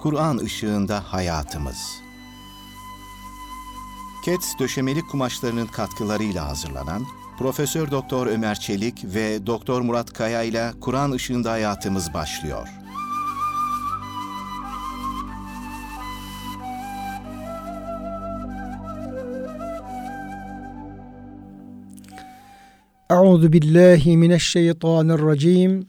Kur'an ışığında hayatımız. Keds döşemelik kumaşlarının katkılarıyla hazırlanan Profesör Doktor Ömer Çelik ve Doktor Murat Kaya ile Kur'an ışığında hayatımız başlıyor. Euzu billahi mineşşeytanirracim.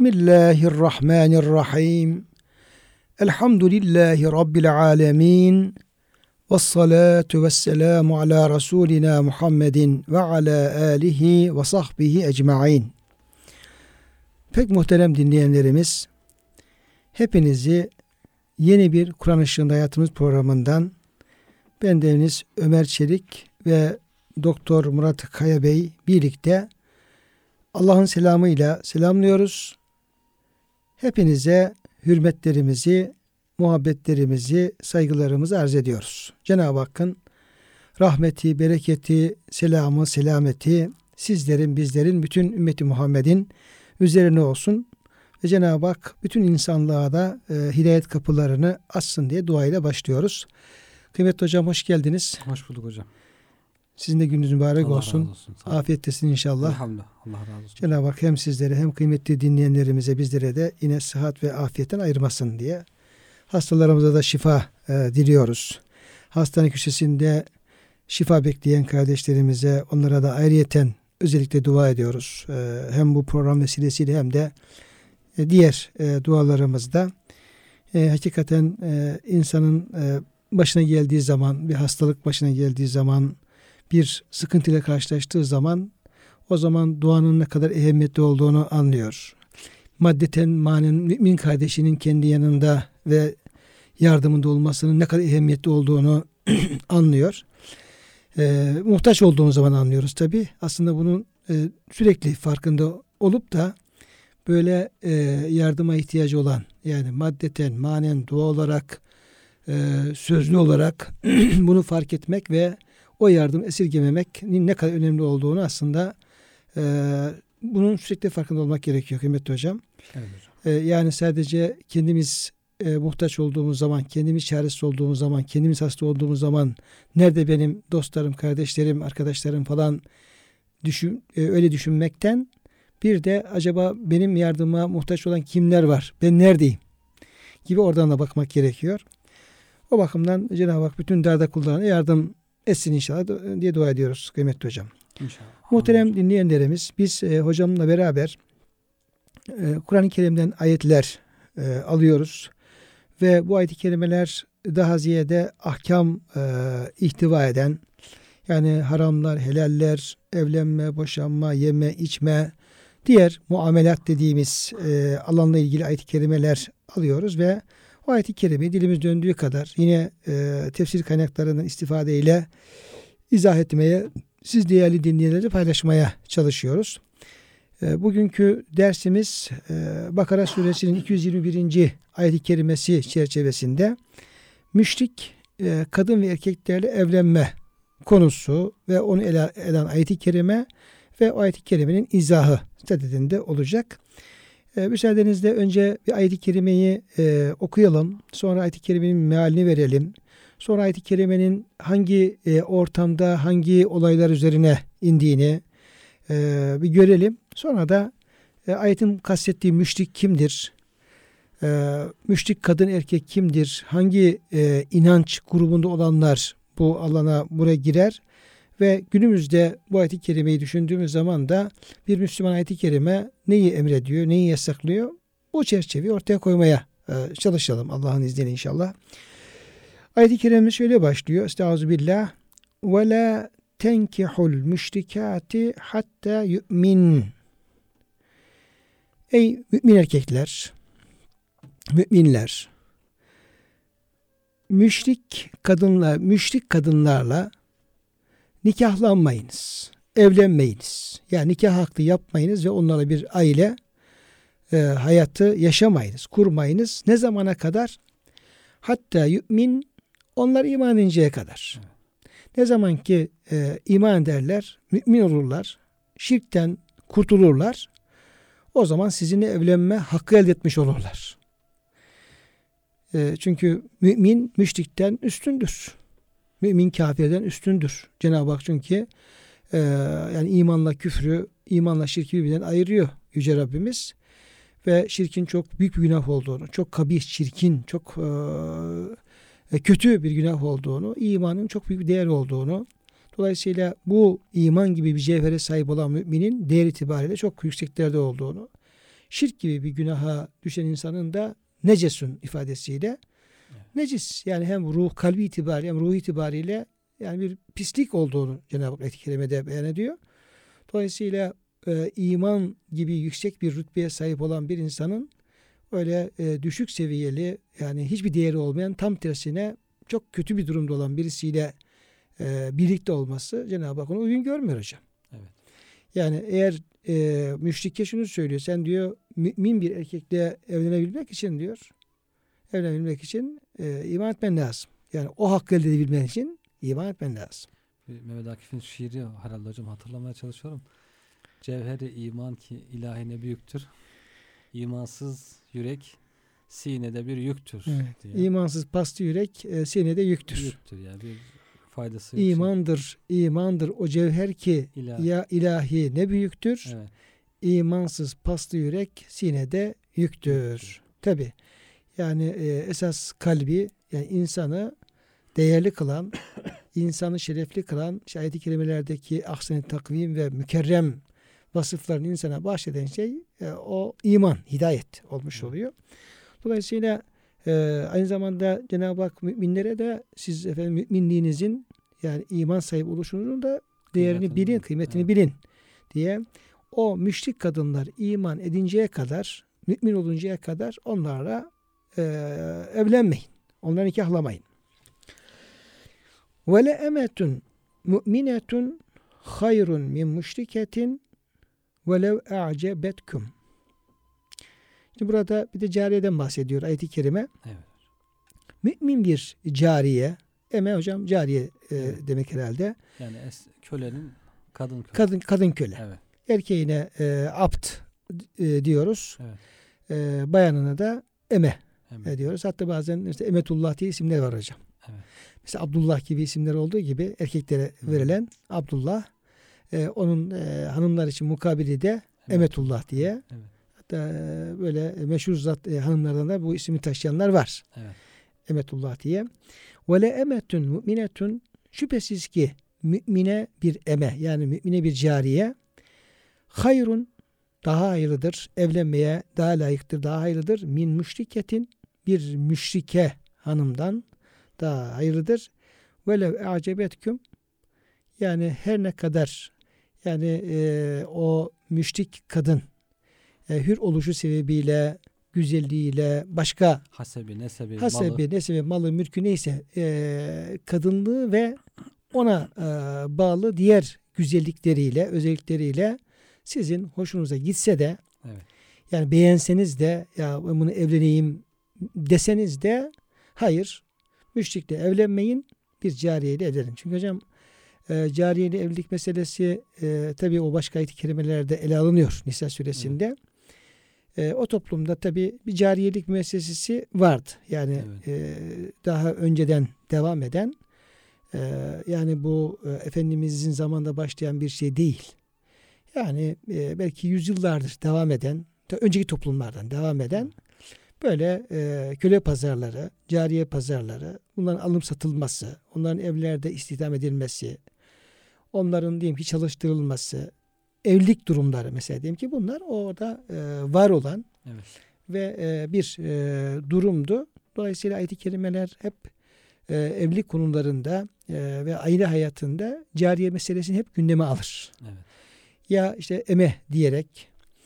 Bismillahirrahmanirrahim. Elhamdülillahi rabbil alamin. Vessalatu vesselamu ala rasulina Muhammedin ve ala alihi ve sahbihi ecmaîn. Pek muhterem dinleyenlerimiz, hepinizi yeni bir Kur'an ışığında hayatımız programından bendeniz Ömer Çelik ve Doktor Murat Kaya Bey birlikte Allah'ın selamıyla selamlıyoruz. Hepinize hürmetlerimizi, muhabbetlerimizi, saygılarımızı arz ediyoruz. Cenab-ı Hakk'ın rahmeti, bereketi, selamı, selameti sizlerin, bizlerin, bütün ümmeti Muhammed'in üzerine olsun. Ve Cenab-ı Hak bütün insanlığa da hidayet kapılarını açsın diye duayla başlıyoruz. Kıymetli hocam, hoş geldiniz. Hoş bulduk hocam. Sizin de gününüz mübarek Allah olsun. Razı olsun. Afiyettesin inşallah. Elhamdülillah. Allah razı olsun. Cenab-ı Hak hem sizlere hem kıymetli dinleyenlerimize, bizlere de yine sıhhat ve afiyetten ayırmasın diye. Hastalarımıza da şifa diliyoruz. Hastane köşesinde şifa bekleyen kardeşlerimize, onlara da ayrıyeten özellikle dua ediyoruz. Hem bu program vesilesiyle hem de diğer dualarımızda. Hakikaten insanın başına geldiği zaman, bir hastalık başına geldiği zaman, bir sıkıntıyla karşılaştığı zaman, o zaman duanın ne kadar ehemmiyetli olduğunu anlıyor. Maddeten manen mümin kardeşinin kendi yanında ve yardımında olmasının ne kadar ehemmiyetli olduğunu anlıyor. Muhtaç olduğumuz zaman anlıyoruz tabii. Aslında bunun sürekli farkında olup da böyle yardıma ihtiyacı olan, yani maddeten, manen, dua olarak, sözlü olarak bunu fark etmek ve o yardım esirgememenin ne kadar önemli olduğunu aslında bunun sürekli farkında olmak gerekiyor kıymetli hocam. Evet hocam. Yani sadece kendimiz muhtaç olduğumuz zaman, kendimiz çaresiz olduğumuz zaman, kendimiz hasta olduğumuz zaman nerede benim dostlarım, kardeşlerim, arkadaşlarım falan öyle düşünmekten bir de acaba benim yardıma muhtaç olan kimler var? Ben neredeyim? Gibi oradan da bakmak gerekiyor. O bakımdan Cenab-ı Hak bütün darda kullarına yardım etsin inşallah diye dua ediyoruz kıymetli hocam. İnşallah. Muhterem dinleyenlerimiz, biz hocamla beraber Kur'an-ı Kerim'den ayetler alıyoruz ve bu ayet-i kerimeler daha ziyade ahkam ihtiva eden, yani haramlar, helaller, evlenme, boşanma, yeme, içme, diğer muamelat dediğimiz alanla ilgili ayet-i kerimeler alıyoruz ve o ayet-i kerime dilimiz döndüğü kadar yine tefsir kaynaklarından istifadeyle izah etmeye, siz değerli dinleyenlerle paylaşmaya çalışıyoruz. Bugünkü dersimiz Bakara suresinin 221. ayet-i kerimesi çerçevesinde müşrik kadın ve erkeklerle evlenme konusu ve onu ele alan ayet-i kerime ve o ayet-i kerimenin izahı sadedinde olacak. Müsaadenizle önce bir ayet-i kerimeyi okuyalım. Sonra ayet-i kerimenin mealini verelim. Sonra ayet-i kerimenin hangi ortamda, hangi olaylar üzerine indiğini bir görelim. Sonra da ayetin kastettiği müşrik kimdir? Müşrik kadın erkek kimdir? Hangi inanç grubunda olanlar bu alana, buraya girer? Ve günümüzde bu ayet-i kerimeyi düşündüğümüz zaman da bir Müslüman ayet-i kerime neyi emrediyor, neyi yasaklıyor? Bu çerçeveyi ortaya koymaya çalışalım Allah'ın izniyle inşallah. Ayet-i kerime şöyle başlıyor. Estağfirullah. Ve la tenkihul müşrikati hatta yu'min. Ey mümin erkekler, müminler, müşrik kadınlarla nikahlanmayınız, evlenmeyiniz. Yani nikah hakkı yapmayınız ve onlarla bir aile hayatı yaşamayınız, kurmayınız. Ne zamana kadar? Hatta yu'min, onlar iman edinceye kadar. Ne zaman ki iman ederler, mümin olurlar, şirkten kurtulurlar, o zaman sizinle evlenme hakkı elde etmiş olurlar. Çünkü mümin müşrikten üstündür. Mümin kafirden üstündür. Cenab-ı Hak çünkü yani imanla küfrü, imanla şirki birbirinden ayırıyor Yüce Rabbimiz. Ve şirkin çok büyük bir günah olduğunu, çok kabih, çirkin, çok kötü bir günah olduğunu, imanın çok büyük bir değer olduğunu, dolayısıyla bu iman gibi bir cevhere sahip olan müminin değer itibariyle çok yükseklerde olduğunu, şirk gibi bir günaha düşen insanın da necesun ifadesiyle necis, yani hem ruh, kalbi itibariyle hem ruh itibariyle yani bir pislik olduğunu Cenab-ı Hak ayet-i kerimede beyan ediyor. Dolayısıyla iman gibi yüksek bir rütbeye sahip olan bir insanın öyle düşük seviyeli, yani hiçbir değeri olmayan, tam tersine çok kötü bir durumda olan birisiyle birlikte olması Cenab-ı Hak onu uygun görmüyor hocam. Evet. Yani eğer müşrike şunu söylüyor, sen diyor mümin bir erkekle evlenebilmek için diyor, iman etmen lazım. Yani o hakkı elde edebilmen için iman etmen lazım. Mehmet Akif'in şiiri herhalde hocam, hatırlamaya çalışıyorum. Cevheri iman ki ilahi ne büyüktür. İmansız yürek sinede bir yüktür. Evet. Diye. İmansız pastı yürek sinede yüktür. Yüktür yani, bir faydası yok. İmandır o cevher ki ya ilahi ne büyüktür. Evet. İmansız paslı yürek sinede yüktür. Tabi yani esas kalbi, yani insanı değerli kılan, insanı şerefli kılan, ayet-i kerimelerdeki ahsen-i takvim ve mükerrem vasıfların insana bahşeden şey o iman, hidayet olmuş oluyor. Dolayısıyla aynı zamanda Cenab-ı Hak müminlere de siz efendim müminliğinizin, yani iman sahibi oluşunuzun da değerini bilin, kıymetini bilin diye, o müşrik kadınlar iman edinceye kadar, mümin oluncaya kadar onlarla evlenmeyin. Onları nikahlamayın. Ve le emetun mu'minetun hayrun min müşriketin velev a'cebetkum. Şimdi burada bir de cariyeden bahsediyor ayet-i kerime. Evet. Mümin bir cariye, hocam cariye demek herhalde. Yani kölenin kadın köle. Kadın köle. Evet. Erkeğine abd diyoruz. Evet. Bayanına da eme diyoruz. Hatta bazen işte Emetullah diye isimler var hocam. Evet. Mesela Abdullah gibi isimler olduğu gibi erkeklere verilen Abdullah, onun hanımlar için mukabili de Emetullah diye. Evet. Hatta böyle meşhur hanımlardan da bu ismi taşıyanlar var. Evet. Emetullah diye. Ve le emetun mu'minetun, şüphesiz ki mümine bir eme, yani mümine bir cariye, hayrun, daha hayırlıdır, evlenmeye daha layıktır, daha hayırlıdır, min müşriketin, bir müşrike hanımdan daha hayırlıdır. Velev a'cebetküm, yani her ne kadar yani o müşrik kadın hür oluşu sebebiyle, güzelliğiyle, başka hasebi, nesebi, malı, mülkü neyse kadınlığı ve ona bağlı diğer güzellikleriyle, özellikleriyle sizin hoşunuza gitse de, evet, yani beğenseniz de, ya ben bunu evleneyim deseniz de, hayır, müşrikle evlenmeyin, bir cariyeyle evlenin. Çünkü hocam cariyeyle evlilik meselesi tabii o başka ayet-i kerimelerde ele alınıyor Nisa suresinde. Evet. O toplumda tabii bir cariyelik müessesesi vardı. Yani evet, daha önceden devam eden, yani bu Efendimizin zamanında başlayan bir şey değil. Yani belki yüzyıllardır devam eden, önceki toplumlardan devam eden böyle köle pazarları, cariye pazarları, bunların alınıp satılması, onların evlerde istihdam edilmesi, onların diyelim ki çalıştırılması, evlilik durumları mesela, diyelim ki bunlar orada var olan, evet, ve bir durumdu. Dolayısıyla ayet-i kerimeler hep evlilik konularında ve aile hayatında cariye meselesini hep gündeme alır. Evet. Ya işte eme diyerek,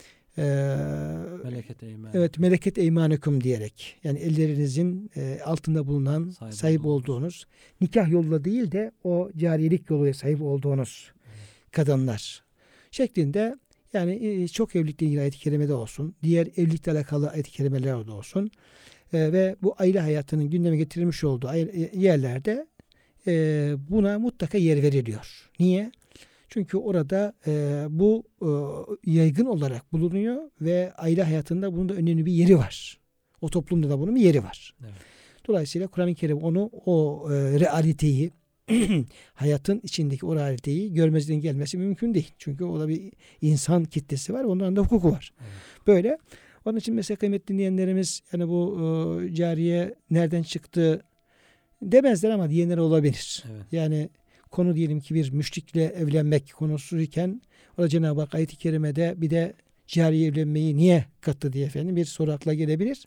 meleket eymanukum diyerek, yani ellerinizin altında bulunan sahip olduğunuz, nikah yoluyla değil de o cariyelik yoluyla sahip olduğunuz kadınlar şeklinde, yani çok evlilikle ilgili ayet-i kerimede olsun, diğer evlilikle alakalı ayet-i kerimelerde olsun ve bu aile hayatının gündeme getirilmiş olduğu yerlerde buna mutlaka yer veriliyor. Niye? Çünkü orada bu yaygın olarak bulunuyor ve aile hayatında bunun da önemli bir yeri var. O toplumda da bunun bir yeri var. Evet. Dolayısıyla Kur'an-ı Kerim onu o realiteyi hayatın içindeki o realiteyi görmezden gelmesi mümkün değil. Çünkü o da bir insan kitlesi var. Onların da hukuku var. Evet. Böyle. Onun için mesela kıymetli dinleyenlerimiz yani bu cariye nereden çıktı demezler ama diyenler olabilir. Evet. Yani konu diyelim ki bir müşrikle evlenmek konusuyken o da Cenab-ı Hak ayet-i kerimede bir de cariye evlenmeyi niye kattı diye efendim bir soru akla gelebilir.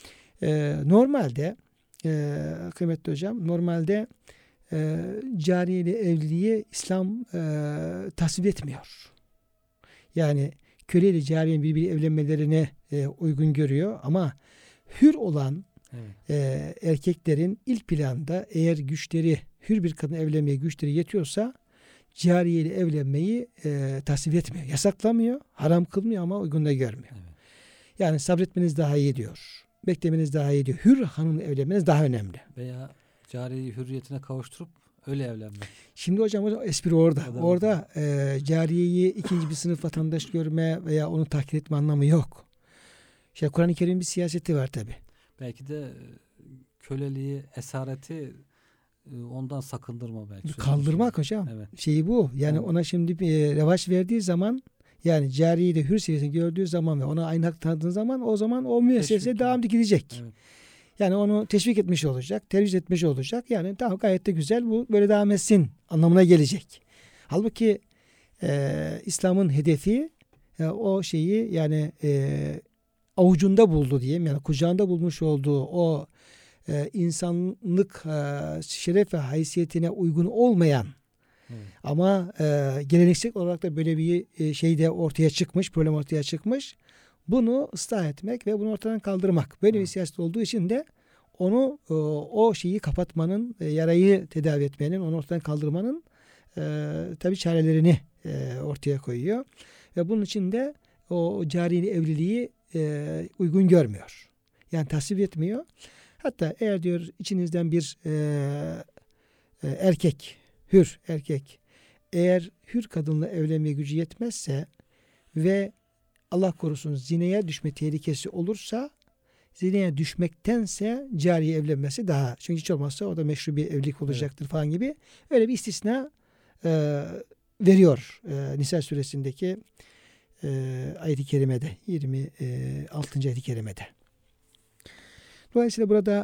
Normalde kıymetli hocam normalde cariye evliliği İslam tasvip etmiyor. Yani köle ile cariyenin birbiri evlenmelerine uygun görüyor ama hür olan erkeklerin ilk planda eğer güçleri hür bir kadın evlenmeye güçleri yetiyorsa cariye ile evlenmeyi tasvip etmiyor. Yasaklamıyor, haram kılmıyor ama uygun da görmüyor. Evet. Yani sabretmeniz daha iyi diyor. Beklemeniz daha iyi diyor. Hür hanımla evlenmeniz daha önemli. Veya cariyeyi hürriyetine kavuşturup öyle evlenmek. Şimdi hocam o espri orada. O da Orada cariyeyi ikinci bir sınıf vatandaş görme veya onu tahkir etme anlamı yok. İşte Kur'an-ı Kerim'in bir siyaseti var tabi. Belki de köleliği, esareti ondan sakındırma belki. Kaldırmak hocam. Evet. Şeyi bu. Yani Evet. ona şimdi bir revaç verdiği zaman yani cariyeyi de hür seviyesini gördüğü zaman ve ona aynı hak tanıdığı zaman o zaman o müessese Teşvik devam gidecek. Evet. Yani onu teşvik etmiş olacak, tercih etmiş olacak. Yani tamam gayet de güzel bu böyle devam etsin anlamına gelecek. Halbuki İslam'ın hedefi o şeyi yani avucunda buldu diyeyim yani kucağında bulmuş olduğu o insanlık şeref ve haysiyetine uygun olmayan ama geleneksel olarak da böyle bir şey de ortaya çıkmış, problem ortaya çıkmış. Bunu ıslah etmek ve bunu ortadan kaldırmak. Böyle bir siyaset olduğu için de onu o şeyi kapatmanın, yarayı tedavi etmenin, onu ortadan kaldırmanın tabii çarelerini ortaya koyuyor. Ve bunun için de o cari evliliği uygun görmüyor. Yani tasvip etmiyor. Hatta eğer diyor içinizden bir erkek, hür erkek eğer hür kadınla evlenmeye gücü yetmezse ve Allah korusun zineye düşme tehlikesi olursa zineye düşmektense cariye evlenmesi daha. Çünkü hiç olmazsa o da meşru bir evlilik olacaktır falan gibi. Öyle bir istisna veriyor Nisa suresindeki ayet-i kerimede 26. ayet-i kerimede. Dolayısıyla burada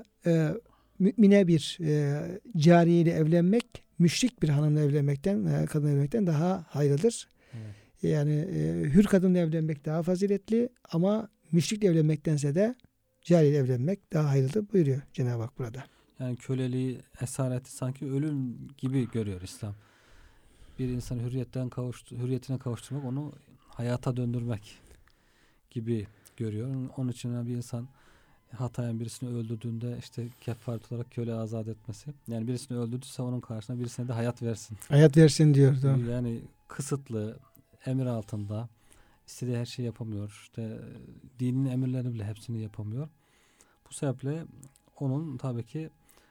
mümine bir cariye ile evlenmek müşrik bir hanımla evlenmekten, kadınla evlenmekten daha hayırlıdır. Evet. Yani hür kadınla evlenmek daha faziletli ama müşrikle evlenmektense de cariyle evlenmek daha hayırlı buyuruyor Cenab-ı Hak burada. Yani köleliği, esareti sanki ölüm gibi görüyor İslam. Bir insan hürriyetine kavuşturmak, onu hayata döndürmek gibi görüyor. Onun için bir insan hatayen birisini öldürdüğünde işte kefaret olarak köle azat etmesi. Yani birisini öldürdüyse onun karşısına birisine de hayat versin. Hayat versin diyor. Doğru. Yani kısıtlı, emir altında istediği her şeyi yapamıyor. İşte dinin emirlerini bile hepsini yapamıyor. Bu sebeple onun tabii ki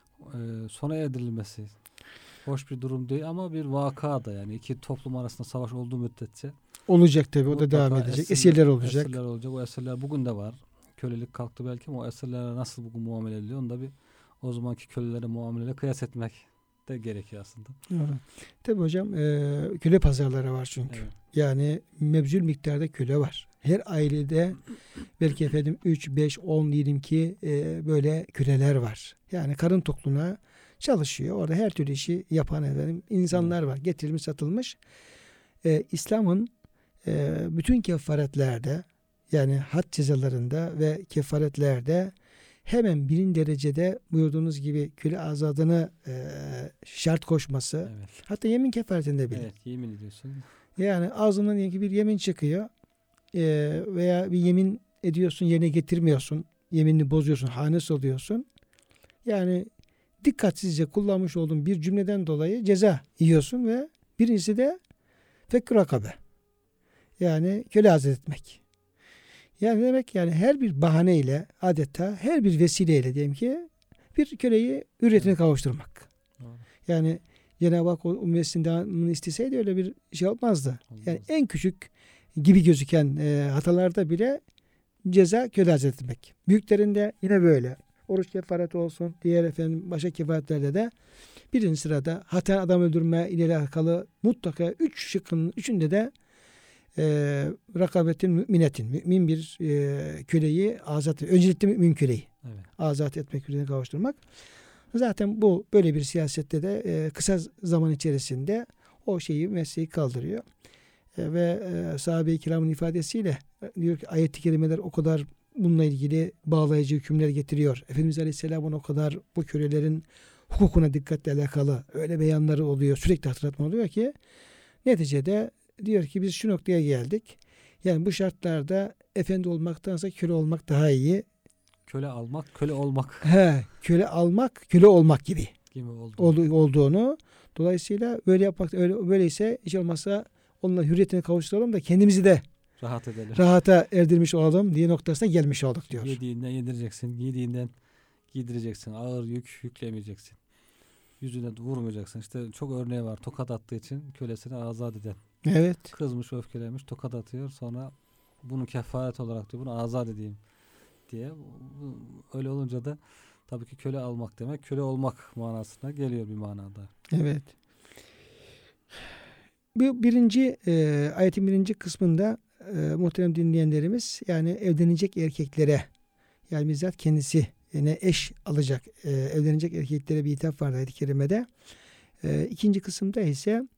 sona erdirilmesi hoş bir durum değil ama bir vaka da yani iki toplum arasında savaş olduğu müddetçe olacak tabii o da devam edecek. Esirler olacak. Esirler olacak. O esirler bugün de var. Kölelik kalktı belki ama o esirlere nasıl bugün muamele ediliyor onu da bir o zamanki kölelere muameleyle kıyas etmek de gerekiyor aslında. Doğru. Tabii hocam köle pazarları var çünkü. Evet. Yani mevzul miktarda köle var. Her ailede belki efendim 3, 5, 10 diyelim ki böyle köleler var. Yani karın tokluğuna çalışıyor. Orada her türlü işi yapan efendim insanlar var. Getirilmiş satılmış. İslam'ın bütün kefaretlerde yani had cezalarında ve kefaretlerde hemen birinci derecede buyurduğunuz gibi köle azadını şart koşması. Evet. Hatta yemin kefaretinde bile. Evet, yemin ediyorsun. Yani ağzından diyelim ki bir yemin çıkıyor veya bir yemin ediyorsun yerine getirmiyorsun. Yeminini bozuyorsun, hanes oluyorsun. Yani dikkatsizce kullanmış olduğun bir cümleden dolayı ceza yiyorsun ve birincisi de fekk rakabe. Yani köle azat etmek. Yani demek yani her bir bahaneyle adeta her bir vesileyle diyelim ki bir köleyi hürriyetine kavuşturmak. Doğru. Yani Cenab-ı Hak o ümmetinden isteseydi öyle bir şey olmazdı. Yani en küçük gibi gözüken hatalarda bile ceza köle azat etmek. Büyüklerinde yine böyle. oruç kefareti olsun, diğer efendim başka kefaretlerde de birinci sırada hatta adam öldürme ile alakalı mutlaka 3 şıkkın üçünde de rakabetin müminetin, mümin bir köleyi azat, öncelikle mümin köleyi azat etmek üzerine kavuşturmak. Zaten bu böyle bir siyasette de kısa zaman içerisinde o şeyi, mesleği kaldırıyor. Ve sahabe-i kiramın ifadesiyle diyor ki ayet-i kerimeler o kadar bununla ilgili bağlayıcı hükümler getiriyor. Efendimiz Aleyhisselam'ın o kadar bu kölelerin hukukuna dikkatle alakalı öyle beyanları oluyor. Sürekli hatırlatma oluyor ki neticede diyor ki biz şu noktaya geldik. Yani bu şartlarda efendi olmaktansa köle olmak daha iyi. Köle almak, köle olmak. Köle almak, köle olmak gibi oldu. olduğunu. Dolayısıyla böyle yapmak, böyleyse hiç olmazsa onunla hürriyetine kavuşturalım da kendimizi de rahat edelim. Rahata erdirmiş olalım diye noktasına gelmiş olduk diyor. Yediğinden yedireceksin, giydiğinden giydireceksin. Ağır yük yüklemeyeceksin. Yüzüne vurmayacaksın. İşte çok örneği var. Tokat attığı için kölesini azat eden. Evet. Kızmış, öfkelenmiş, tokat atıyor. Sonra bunu kefaret olarak diyor. Bunu azat edeyim diye. Öyle olunca da tabii ki köle almak demek köle olmak manasına geliyor bir manada. Evet. Bu birinci ayetin birinci kısmında muhterem dinleyenlerimiz yani evlenecek erkeklere yani bizzat kendisi yani eş alacak evlenecek erkeklere bir hitap var ayet-i kerimede. İkinci kısımda ise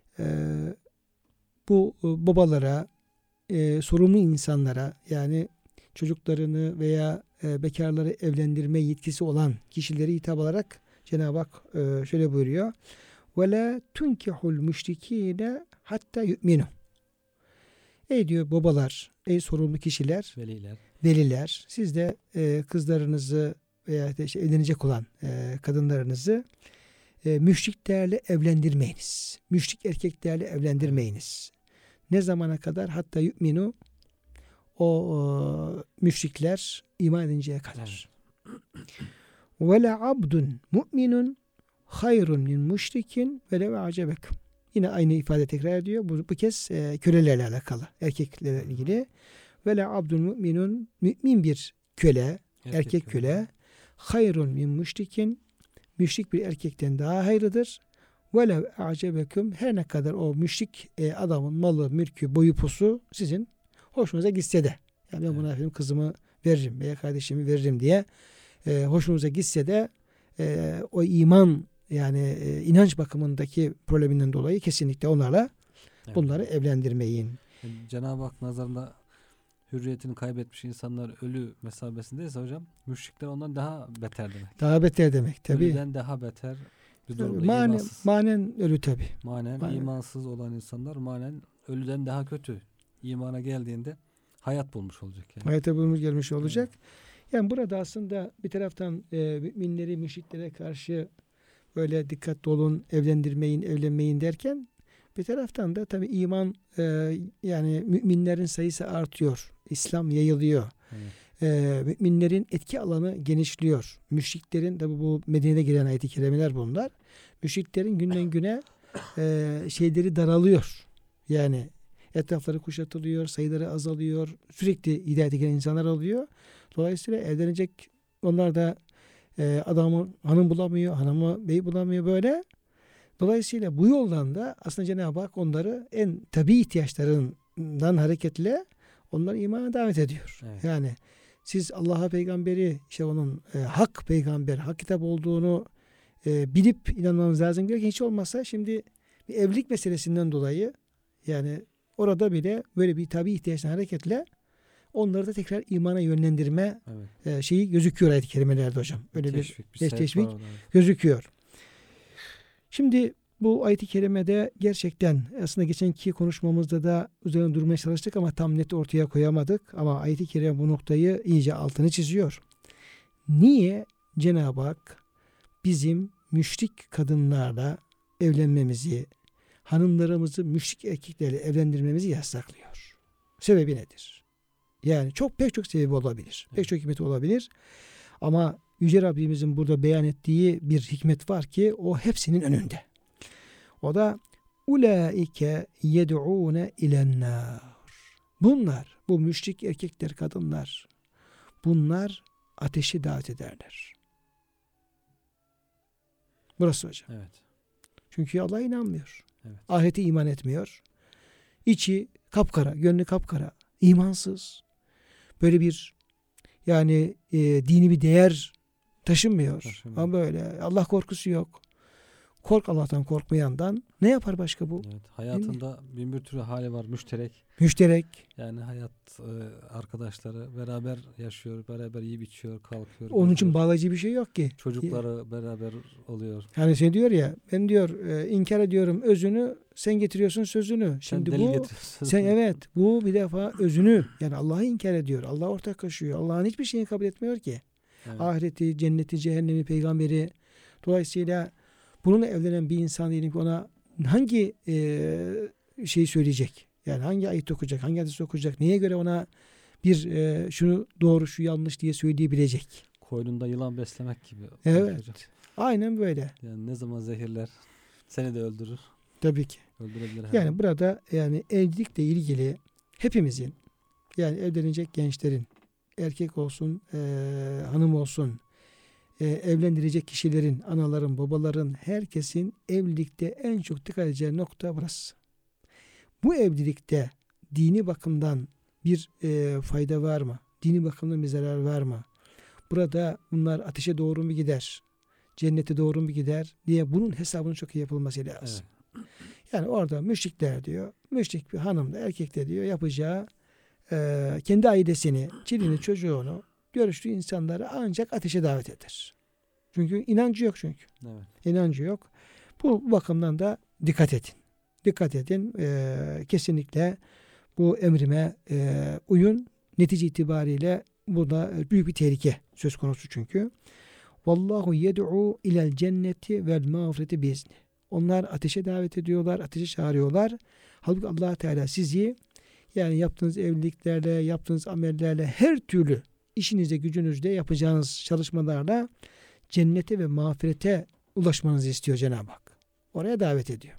bu babalara sorumlu insanlara yani çocuklarını veya bekarları evlendirme yetkisi olan kişileri hitap alarak Cenab-ı Hak şöyle buyuruyor. وَلَا تُنْكِحُ الْمُشْرِك۪ينَ hatta yu'minu. Ey diyor babalar, ey sorumlu kişiler, veliler, siz de kızlarınızı veya işte evlenecek olan kadınlarınızı müşriklerle evlendirmeyiniz. Müşrik erkeklerle evlendirmeyiniz. Ne zamana kadar? Hatta yu'minu, o müşrikler iman edinceye kadar. وَلَا عَبْدٌ مُؤْمِنٌ hayrun min müşrikin ve lev a'cebekum. Yine aynı ifade tekrar ediyor. Bu kez kölelerle alakalı. Erkeklerle ilgili. Ve la abdun müminun, mümin bir köle, erkek köle hayrun min müşrikin, müşrik bir erkekten daha hayırlıdır. Ve lev a'cebekum, her ne kadar o müşrik adamın malı, mülkü, boyu posu sizin hoşunuza gitse de. Yani ben buna efendim kızımı veririm veya kardeşimi veririm diye hoşunuza gitse de o iman yani inanç bakımındaki probleminden dolayı kesinlikle onlarla bunları evlendirmeyin. Yani Cenab-ı Hak nazarında hürriyetini kaybetmiş insanlar ölü mesabesindeyse hocam müşrikler ondan daha beter demek. Daha beter demek tabii. Ölüden daha beter bir durumda. Manen ölü tabii. Manen imansız olan insanlar manen ölüden daha kötü. İmana geldiğinde hayat bulmuş olacak. Yani. Hayata bulmuş gelmiş olacak. Evet. Yani burada aslında bir taraftan müminleri müşriklere karşı böyle dikkatli olun, evlenmeyin derken bir taraftan da tabii iman yani müminlerin sayısı artıyor. İslam yayılıyor. Evet. Müminlerin etki alanı genişliyor. Müşriklerin tabii bu Medine'de gelen ayet-i kerimeler bunlar. Müşriklerin günden güne şeyleri daralıyor. Yani etrafları kuşatılıyor, sayıları azalıyor. Sürekli hidayete gelen insanlar oluyor. Dolayısıyla evlenecek onlar da adamı hanım bulamıyor, hanımı bey bulamıyor böyle. Dolayısıyla bu yoldan da aslında Cenab-ı Hak onları en tabii ihtiyaçlarından hareketle onları imana davet ediyor. Evet. Yani siz Allah'a peygamberi işte onun hak peygamber, hak kitap olduğunu bilip inanmanız lazım diyor ki hiç olmazsa şimdi bir evlilik meselesinden dolayı yani orada bile böyle bir tabii ihtiyaçtan hareketle onları da tekrar imana yönlendirme şeyi gözüküyor ayet-i kerimelerde hocam. Öyle bir teşvik gözüküyor. Şimdi bu ayet-i kerimede gerçekten aslında geçenki konuşmamızda da üzerine durmaya çalıştık ama tam net ortaya koyamadık. Ama ayet-i kerime bu noktayı iyice altını çiziyor. Niye Cenab-ı Hak bizim müşrik kadınlarla evlenmemizi, hanımlarımızı müşrik erkeklerle evlendirmemizi yasaklıyor? Sebebi nedir? Yani pek çok sebebi olabilir. Pek çok hikmeti olabilir. Ama Yüce Rabbimizin burada beyan ettiği bir hikmet var ki o hepsinin önünde. O da ulaike yed'ûne ilennâr. Bunlar, bu müşrik erkekler, kadınlar bunlar ateşe davet ederler. Burası hocam. Evet. Çünkü Allah'a inanmıyor. Evet. Ahirete iman etmiyor. İçi kapkara, gönlü kapkara. İmansız. Böyle bir yani dini bir değer taşımıyor. Ama böyle Allah korkusu yok. Kork Allah'tan, korkmayandan. Ne yapar başka bu? Evet. Hayatında bin bir türlü hali var. Müşterek. Müşterek. Yani hayat arkadaşları beraber yaşıyor. Beraber yiyip içiyor, kalkıyor. Onun için geziyor. bağlayıcı bir şey yok ki. Çocukları beraber oluyor. Yani şey diyor ya, ben diyor inkar ediyorum özünü, sen getiriyorsun sözünü. Şimdi Sen deli bu getiriyorsun. sen evet, bu bir defa özünü, yani Allah'ı inkar ediyor. Allah'a ortak koşuyor. Allah'ın hiçbir şeyini kabul etmiyor ki. Evet. Ahireti, cenneti, cehennemi, peygamberi. Dolayısıyla bununla evlenen bir insan diyelim ki ona hangi şeyi söyleyecek? Yani hangi ayet okuyacak, hangi hadis okuyacak? Neye göre ona bir şunu doğru, şu yanlış diye söyleyebilecek? Koynunda yılan beslemek gibi. Evet. Hocam. Aynen böyle. Yani ne zaman zehirler seni de öldürür. Tabii ki. Öldürebilir. Yani burada yani evlilikle ilgili hepimizin, yani evlenecek gençlerin, erkek olsun, hanım olsun, evlendirecek kişilerin, anaların, babaların, herkesin evlilikte en çok dikkat edeceği nokta burası. Bu evlilikte dini bakımdan bir fayda var mı? Dini bakımdan bir zarar var mı? Burada bunlar ateşe doğru mu gider? Cennete doğru mu gider? Diye bunun hesabının çok iyi yapılması lazım. Evet. Yani orada müşrikler diyor, müşrik bir hanım da erkek de diyor yapacağı kendi ailesini, çilini, çocuğunu, görüştüğü insanları ancak ateşe davet eder. Çünkü inancı yok çünkü. Evet. İnancı yok. Bu bakımdan da dikkat edin. Dikkat edin. Kesinlikle bu emrime uyun. Netice itibariyle burada büyük bir tehlike söz konusu çünkü. Vallahu yed'u ilel cenneti vel mağfireti biizni. Onlar ateşe davet ediyorlar, ateşe çağırıyorlar. Halbuki Allah Teala sizi yani yaptığınız evliliklerle, yaptığınız amellerle, her türlü işinizde, gücünüzde yapacağınız çalışmalarla cennete ve mağfirete ulaşmanızı istiyor Cenab-ı Hak. Oraya davet ediyor.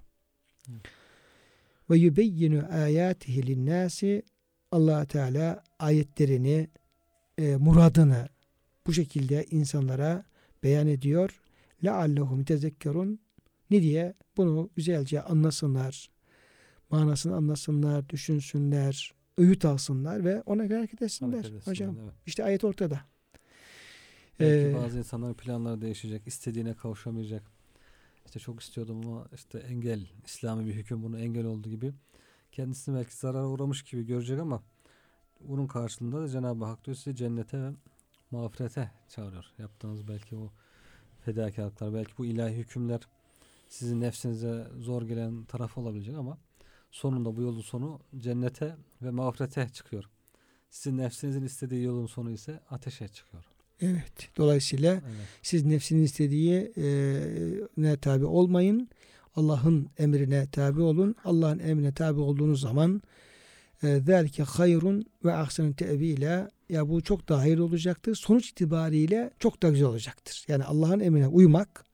Ve yubeyyinu ayatihi linnâsi. Allah Teala ayetlerini, muradını bu şekilde insanlara beyan ediyor. Leallehum tezekkerun. Ne diye? Bunu güzelce anlasınlar. Manasını anlasınlar, düşünsünler, öğüt alsınlar ve ona göre hareket etsinler. Hocam Evet. işte ayet ortada. Belki bazı insanların planları değişecek, istediğine kavuşamayacak. İşte çok istiyordum ama işte engel, İslami bir hüküm bunu engel olduğu gibi kendisine belki zarara uğramış gibi görecek ama bunun karşılığında da Cenab-ı Hak diyor sizi cennete ve mağfirete çağırıyor. Yaptığınız belki o fedakarlıklar, belki bu ilahi hükümler sizin nefsinize zor gelen tarafı olabilecek ama sonunda bu yolun sonu cennete ve mağfirete çıkıyor. Sizin nefsinizin istediği yolun sonu ise ateşe çıkıyor. Evet. Dolayısıyla Evet. siz nefsinin istediği ne tabi olmayın. Allah'ın emrine tabi olun. Allah'ın emrine tabi olduğunuz zaman ذَلْكَ hayrun ve ahsenu te'vîlâ, ya bu çok daha hayırlı olacaktır. Sonuç itibariyle çok daha güzel olacaktır. Yani Allah'ın emrine uymak,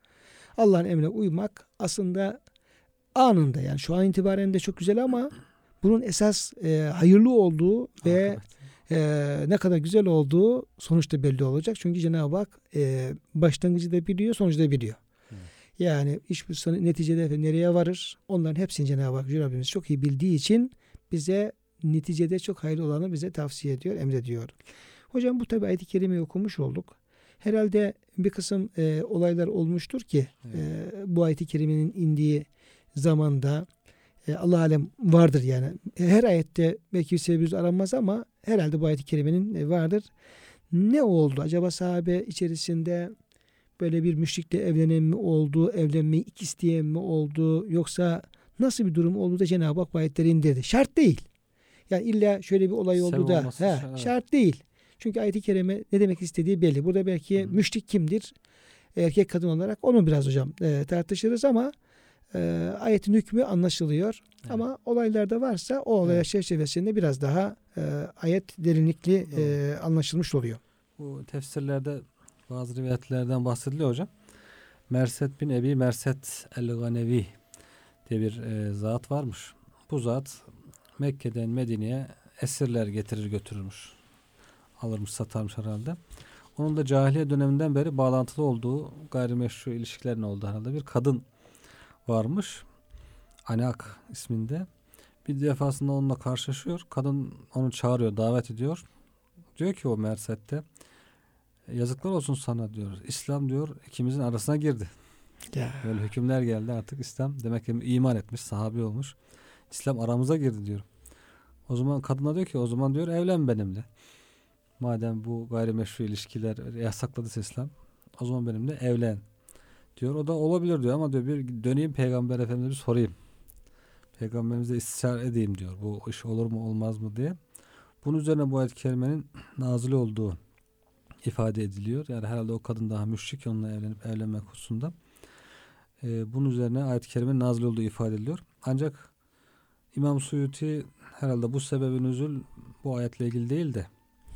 aslında anında, yani şu an itibaren de çok güzel ama bunun esas hayırlı olduğu ve ne kadar güzel olduğu sonuçta belli olacak. Çünkü Cenab-ı Hak başlangıcı da biliyor, sonucu da biliyor. Yani hiçbir neticede nereye varır? Onların hepsini Cenab-ı Hak Rabbimiz çok iyi bildiği için bize neticede çok hayırlı olanı bize tavsiye ediyor, emrediyor. Hocam bu tabi ayet-i kerimeyi okumuş olduk. Herhalde bir kısım olaylar olmuştur ki bu ayet-i kerimenin indiği zamanda Allah alem vardır yani. Her ayette belki bir sebebimiz aranmaz ama herhalde bu ayet-i kerimenin vardır. Ne oldu? Acaba sahabe içerisinde böyle bir müşrikle evlenen mi oldu? Evlenmeyi isteyen mi oldu? Yoksa nasıl bir durum oldu da Cenab-ı Hak bu ayetleri indirdi? Şart değil. Yani illa şöyle bir olay oldu da şart değil. Çünkü ayet-i kerime ne demek istediği belli. Burada belki müşrik kimdir? Erkek kadın olarak onu biraz hocam tartışırız ama ayetin hükmü anlaşılıyor. Evet. Ama olaylarda varsa o olay çerçevesinde biraz daha ayet derinlikli anlaşılmış oluyor. Bu tefsirlerde bazı rivayetlerden bahsediliyor hocam. Merset bin Ebi Merset el-Ganevi diye bir zat varmış. Bu zat Mekke'den Medine'ye esirler getirir götürürmüş. Alırmış, satarmış herhalde. Onun da cahiliye döneminden beri bağlantılı olduğu gayrimeşru ilişkilerin olduğu herhalde bir kadın varmış. Anak isminde. Bir defasında onunla karşılaşıyor. Kadın onu çağırıyor, davet ediyor. Diyor ki o mersette, yazıklar olsun sana diyor. İslam diyor ikimizin arasına girdi. Ya. Böyle hükümler geldi artık İslam. Demek ki iman etmiş, sahabi olmuş. İslam aramıza girdi diyor. O zaman kadına diyor ki o zaman diyor evlen benimle. Madem bu gayrimeşru ilişkiler yasakladıysa İslam, o zaman benimle evlen diyor. O da olabilir diyor ama diyor bir döneyim Peygamber Efendimiz'e bir sorayım. Peygamberimize istişare edeyim diyor. Bu iş olur mu olmaz mı diye. Bunun üzerine bu ayet-i kerimenin nazil olduğu ifade ediliyor. Yani herhalde o kadın daha müşrik, onunla evlenip evlenmek hususunda. Bunun üzerine ayet-i kerimenin nazil olduğu ifade ediliyor. Ancak İmam Suyuti herhalde bu sebebi nüzul bu ayetle ilgili değil de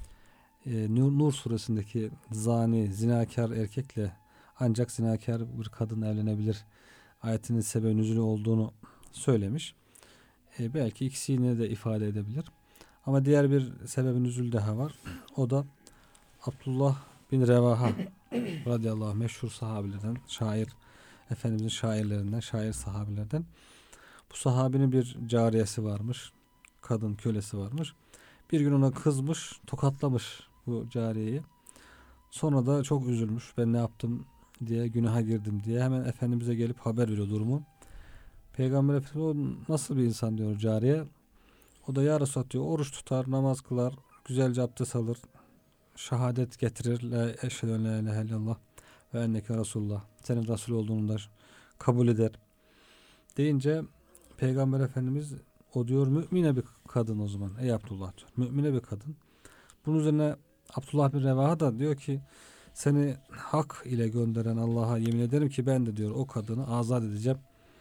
Nur suresindeki zani, zinakar erkekle ancak zinakar bir kadın evlenebilir ayetinin sebebi nüzulü olduğunu söylemiş. Belki ikisini de ifade edebilir. Ama diğer bir sebebi nüzul daha var. O da Abdullah bin Revaha radıyallahu anh, meşhur sahabilerden, şair, Efendimizin şairlerinden, şair sahabilerden. Bu sahabinin bir cariyesi varmış. Kadın kölesi varmış. Bir gün ona kızmış, tokatlamış bu cariyeyi. Sonra da çok üzülmüş. Ben ne yaptım diye, günaha girdim diye hemen Efendimiz'e gelip haber veriyor durumu. Peygamber Efendimiz o nasıl bir insan diyor cariye. O da ya Resulallah diyor, oruç tutar, namaz kılar, güzelce abdest alır, şehadet getirir. La eşhedü en la ilahe illallah ve enneke Resulullah. Senin Resul olduğunu da kabul eder. Deyince Peygamber Efendimiz o diyor mümine bir kadın o zaman. Ey Abdullah diyor. Mümine bir kadın. Bunun üzerine Abdullah bin Revaha da diyor ki seni hak ile gönderen Allah'a yemin ederim ki ben de diyor o kadını azat edeceğim.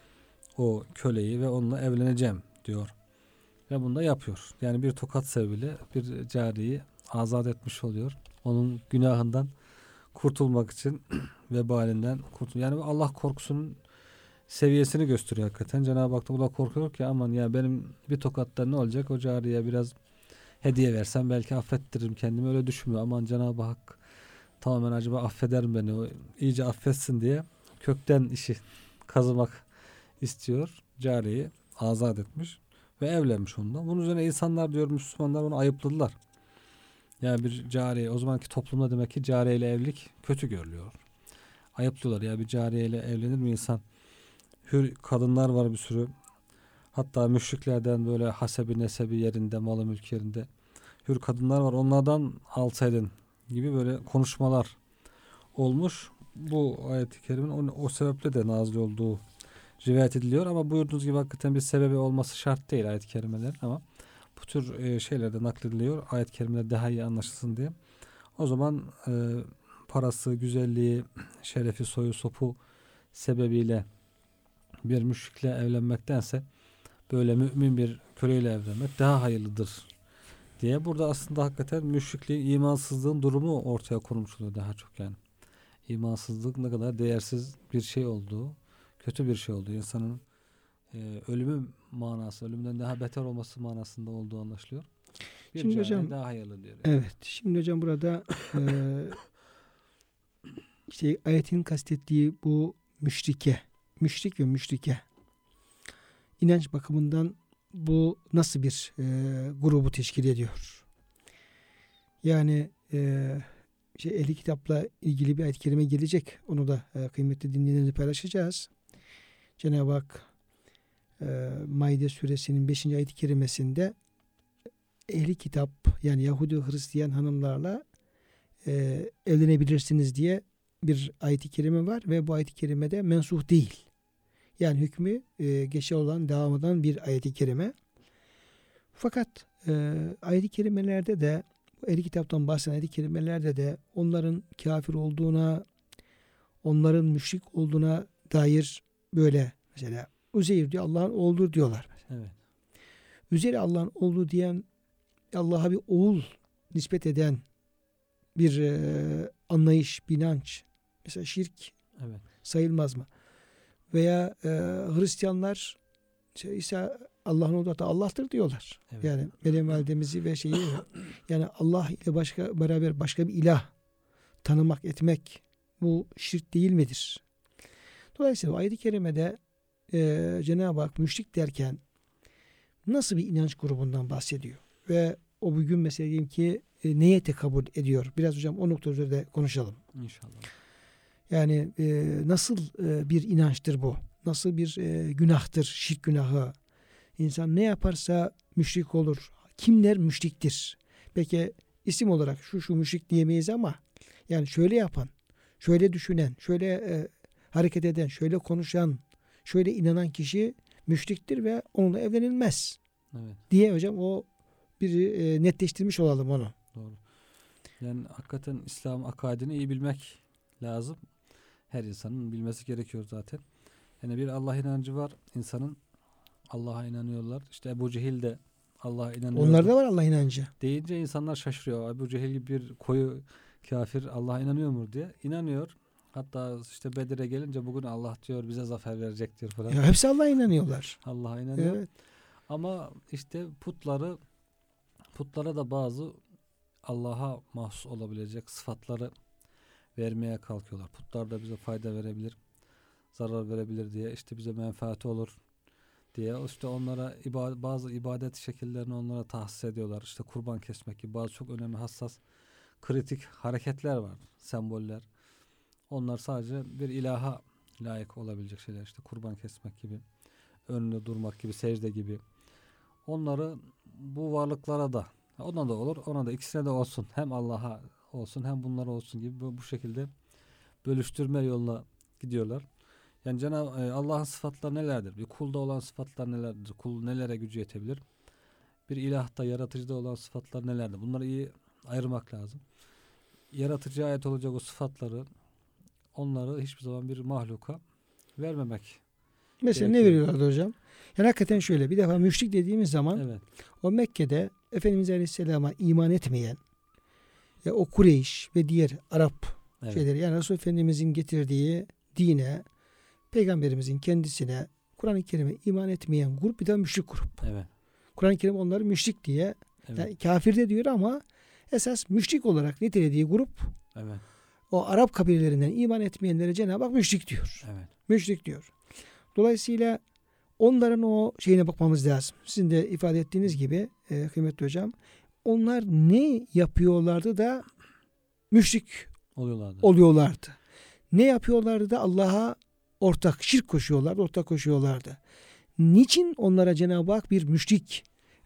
O köleyi ve onunla evleneceğim diyor. Ve bunu da yapıyor. Yani bir tokat sebebiyle bir cariyi azat etmiş oluyor. Onun günahından kurtulmak için vebalinden yani Allah korkusunun seviyesini gösteriyor hakikaten. Cenab-ı Hak da buna korkuyor ki aman ya benim bir tokatta ne olacak, o cariye biraz hediye versem belki affettiririm kendimi, öyle düşünmüyor. Aman Cenab-ı Hak tamamen acaba affeder mi beni, o iyice affetsin diye kökten işi kazımak istiyor. Cariyeyi azat etmiş ve evlenmiş onunla. Bunun üzerine insanlar diyor, Müslümanlar onu ayıpladılar. Yani bir cariye, o zamanki toplumda demek ki cariyeyle evlilik kötü görülüyor. Ayıplıyorlar ya, bir cariyeyle evlenir mi insan? Hür kadınlar var bir sürü. Hatta müşriklerden böyle hasebi nesebi yerinde, malı mülk yerinde hür kadınlar var. Onlardan alsaydın gibi böyle konuşmalar olmuş. Bu ayet-i kerimenin o sebeple de nazil olduğu rivayet ediliyor. Ama buyurduğunuz gibi hakikaten bir sebebi olması şart değil ayet-i kerimeler. Ama bu tür şeyler de naklediliyor. Ayet-i kerimeler daha iyi anlaşılsın diye. O zaman parası, güzelliği, şerefi, soyu, sopu sebebiyle bir müşrikle evlenmektense böyle mümin bir köleyle evlenmek daha hayırlıdır diye. Burada aslında hakikaten müşrikliğin, imansızlığın durumu ortaya konmuş oluyor daha çok yani. İmansızlık ne kadar değersiz bir şey olduğu, kötü bir şey olduğu, insanın ölümü manası, ölümden daha beter olması manasında olduğu anlaşılıyor. Bir şimdi hocam daha hayırlı diyor. evet. Şimdi hocam burada işte ayetin kastettiği bu müşrik ve müşrike inanç bakımından bu nasıl bir grubu teşkil ediyor? Yani ehli kitapla ilgili bir ayet-i kerime gelecek. Onu da kıymetli dinleyenlerle paylaşacağız. Cenab-ı Hak Maide suresinin 5. ayet-i kerimesinde ehli kitap yani Yahudi ve Hristiyan hanımlarla evlenebilirsiniz diye bir ayet-i kerime var ve bu ayet-i kerimede mensuh değil. Yani hükmü geçe olan, devam eden bir ayet-i kerime. Fakat ayet-i kerimelerde de, ehli kitaptan bahseden ayet-i kerimelerde de onların kafir olduğuna, onların müşrik olduğuna dair böyle mesela Uzeyr diyor Allah'ın oğludur diyorlar. Evet. Üzeri Allah'ın oğlu diyen, Allah'a bir oğul nispet eden bir anlayış, bir inanç. Mesela şirk sayılmaz mı? Veya Hristiyanlar İsa Allah'ın oğlu da Allah'tır diyorlar. Evet. Yani Meryem validemizi ve yani Allah ile beraber başka bir ilah tanımak, etmek bu şirk değil midir? Dolayısıyla ayet-i kerimede Cenab-ı Hak müşrik derken nasıl bir inanç grubundan bahsediyor? Ve o bugün mesela diyelim ki neye tekabül ediyor? Biraz hocam o nokta üzerinde konuşalım. İnşallah. Yani nasıl bir inançtır bu? Nasıl bir günahtır, şirk günahı? İnsan ne yaparsa müşrik olur. Kimler müşriktir? Peki isim olarak şu müşrik diyemeyiz ama yani şöyle yapan, şöyle düşünen, şöyle hareket eden, şöyle konuşan, şöyle inanan kişi müşriktir ve onunla evlenilmez. Evet. Diye hocam o bir netleştirmiş olalım onu. Doğru. Yani hakikaten İslam akaidini iyi bilmek lazım. Her insanın bilmesi gerekiyor zaten. Yani bir Allah inancı var. İnsanın Allah'a inanıyorlar. İşte Ebu Cehil de Allah'a inanıyor. Onlarda var Allah inancı. Deyince insanlar şaşırıyor. Ebu Cehil gibi bir koyu kafir Allah'a inanıyor mu diye. İnanıyor. Hatta işte Bedir'e gelince bugün Allah diyor bize zafer verecektir falan. Ya hepsi Allah'a inanıyorlar. Allah'a inanıyor. Evet. Ama işte putlara da bazı Allah'a mahsus olabilecek sıfatları vermeye kalkıyorlar. Putlar da bize fayda verebilir, zarar verebilir diye, işte bize menfaati olur diye, işte onlara bazı ibadet şekillerini onlara tahsis ediyorlar. İşte kurban kesmek gibi bazı çok önemli, hassas, kritik hareketler var, semboller. Onlar sadece bir ilaha layık olabilecek şeyler. İşte kurban kesmek gibi, önünde durmak gibi, secde gibi. Onları bu varlıklara da, ona da olur, ona da, ikisine de olsun. Hem Allah'a olsun hem bunlara olsun gibi bu şekilde bölüştürme yoluna gidiyorlar. Yani Cenab-ı Allah'ın sıfatları nelerdir? Bir kulda olan sıfatlar nelerdir? Kul nelere gücü yetebilir? Bir ilahta, yaratıcıda olan sıfatlar nelerdir? Bunları iyi ayırmak lazım. Yaratıcıya ait olacak o sıfatları, onları hiçbir zaman bir mahluka vermemek. Mesela gerekiyor. ne veriyorlardı hocam? Yani hakikaten şöyle, bir defa müşrik dediğimiz zaman Evet. o Mekke'de Efendimiz Aleyhisselam'a iman etmeyen o Kureyş ve diğer Arap Evet. şeyleri, yani Resul Efendimizin getirdiği dine, Peygamberimizin kendisine, Kur'an-ı Kerim'e iman etmeyen grup bir de müşrik grup. Evet. Kur'an-ı Kerim onları müşrik diye, Evet. yani kafir de diyor ama esas müşrik olarak nitelediği grup, Evet. o Arap kabilelerinden iman etmeyenlere Cenab-ı Hak müşrik diyor. Evet. Müşrik diyor. Dolayısıyla onların o şeyine bakmamız lazım. Sizin de ifade ettiğiniz gibi kıymetli hocam, onlar ne yapıyorlardı da müşrik oluyorlardı. Ne yapıyorlardı da Allah'a ortak, şirk koşuyorlardı, ortak koşuyorlardı. Niçin onlara Cenab-ı Hak bir müşrik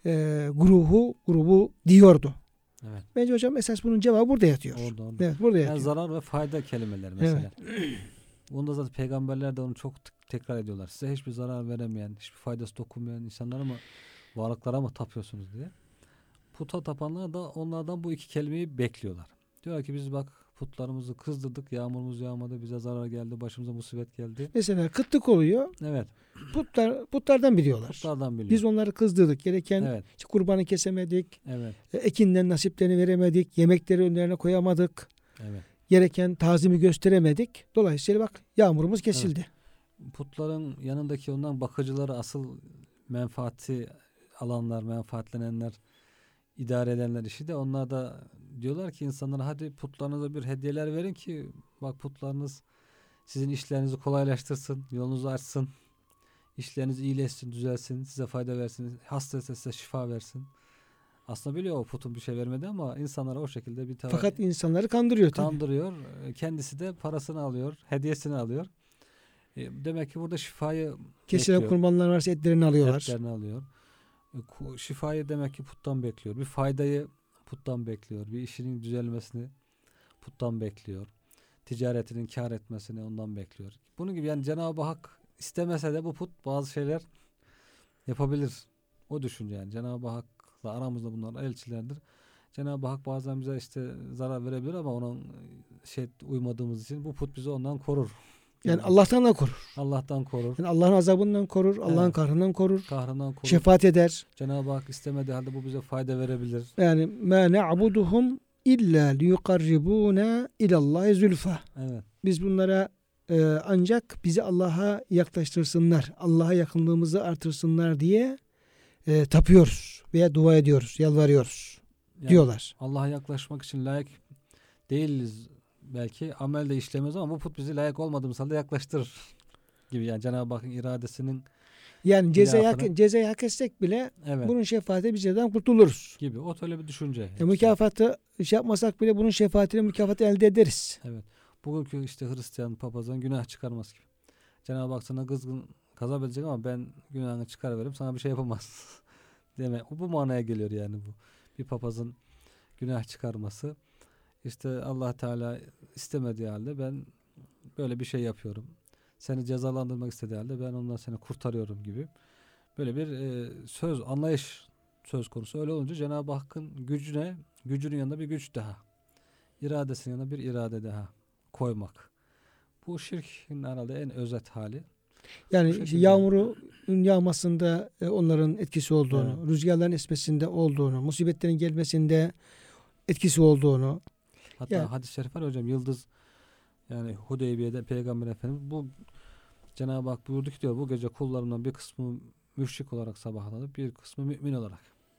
grubu diyordu? Evet. Bence hocam esas bunun cevabı burada yatıyor. Orada. Evet, burada yatıyor. Yani zarar ve fayda kelimeler mesela. Evet. Onda zaten peygamberler de onu çok tekrar ediyorlar. Size hiçbir zarar veremeyen, hiçbir faydası dokunmayan insanlara mı, varlıklara mı tapıyorsunuz diye. Puta tapanlar da onlardan bu iki kelimeyi bekliyorlar. Diyor ki biz bak putlarımızı kızdırdık, yağmurumuz yağmadı, bize zarar geldi, başımıza musibet geldi. Mesela kıtlık oluyor. Evet. Putlardan biliyorlar. Putlardan biliyor. Biz onları kızdırdık. Gereken evet. işte kurbanı kesemedik. Evet. Ekinden nasiplerini veremedik. Yemekleri önlerine koyamadık. Evet. Gereken tazimi gösteremedik. Dolayısıyla bak yağmurumuz kesildi. Evet. Putların yanındaki ondan bakıcıları, asıl menfaati alanlar, menfaatlenenler, idare edenler işi de, onlar da diyorlar ki insanlara hadi putlarınıza bir hediyeler verin ki bak putlarınız sizin işlerinizi kolaylaştırsın, yolunuzu açsın, işleriniz iyileşsin, düzelsin, size fayda versin, hastaysa size şifa versin. Aslında biliyor o putun bir şey vermedi ama insanlara o şekilde bir fakat insanları kandırıyor. Kandırıyor. Kendisi de parasını alıyor, hediyesini alıyor. Demek ki burada şifayı kesilen kurbanlar varsa etlerini alıyorlar. Etlerini alıyor. Şifayı demek ki puttan bekliyor. Bir faydayı puttan bekliyor. Bir işinin düzelmesini puttan bekliyor. Ticaretinin kar etmesini ondan bekliyor. Bunun gibi yani Cenab-ı Hak istemese de bu put bazı şeyler yapabilir. O düşünce yani. Cenab-ı Hak'la aramızda bunlar elçilerdir. Cenab-ı Hak bazen bize işte zarar verebilir ama onun uymadığımız için bu put bizi ondan korur. Yani Allah'tan da korur. Allah'tan korur. Yani Allah'ın azabından korur, Allah'ın kahrından korur. Kahrından korur. Şefaat eder. Cenab-ı Hak istemediği halde bu bize fayda verebilir. Yani ma na'buduhum illa liyukarribuna ilallahi zülfa. Evet. Biz bunlara ancak bizi Allah'a yaklaştırsınlar, Allah'a yakınlığımızı artırsınlar diye tapıyoruz veya dua ediyoruz, yalvarıyoruz Yani diyorlar. Allah'a yaklaşmak için layık değiliz belki amel de işlemez ama bu put bizi layık olmadığımız halde yaklaştırır gibi. Yani Cenab-ı Hakk'ın iradesinin Yani hilafına, cezayı hak etsek bile evet, bunun şefaati biz cezadan kurtuluruz. gibi. O öyle bir düşünce. Mükafatı şey yapmasak bile bunun şefaatini mükafatı elde ederiz. Evet. Bugünkü işte Hristiyan papazın günah çıkarmaz gibi. Cenab-ı Hak sana kızgın gazap edecek ama ben günahını çıkarıveririm, sana bir şey yapamaz. Deme. Bu manaya geliyor yani bu. Bir papazın günah çıkarması. İşte Allah Teala istemediği halde ben böyle bir şey yapıyorum. Seni cezalandırmak istediği halde ben ondan seni kurtarıyorum gibi. Böyle bir söz, anlayış söz konusu. Öyle olunca Cenab-ı Hakk'ın gücünün yanında bir güç daha. İradesinin yanında bir irade daha koymak. Bu şirkin herhalde en özet hali. Yani Bu işte şekilde. yağmurun yağmasında onların etkisi olduğunu, Evet. rüzgarların esmesinde olduğunu, musibetlerin gelmesinde etkisi olduğunu. Hatta Yani hadis-i şerif var hocam, yıldız, yani Hudeybiye'de Peygamber Efendimiz bu Cenab-ı Hak buyurdu ki diyor, bu gece kullarımdan bir kısmı müşrik olarak sabahladı, bir kısmı mümin olarak.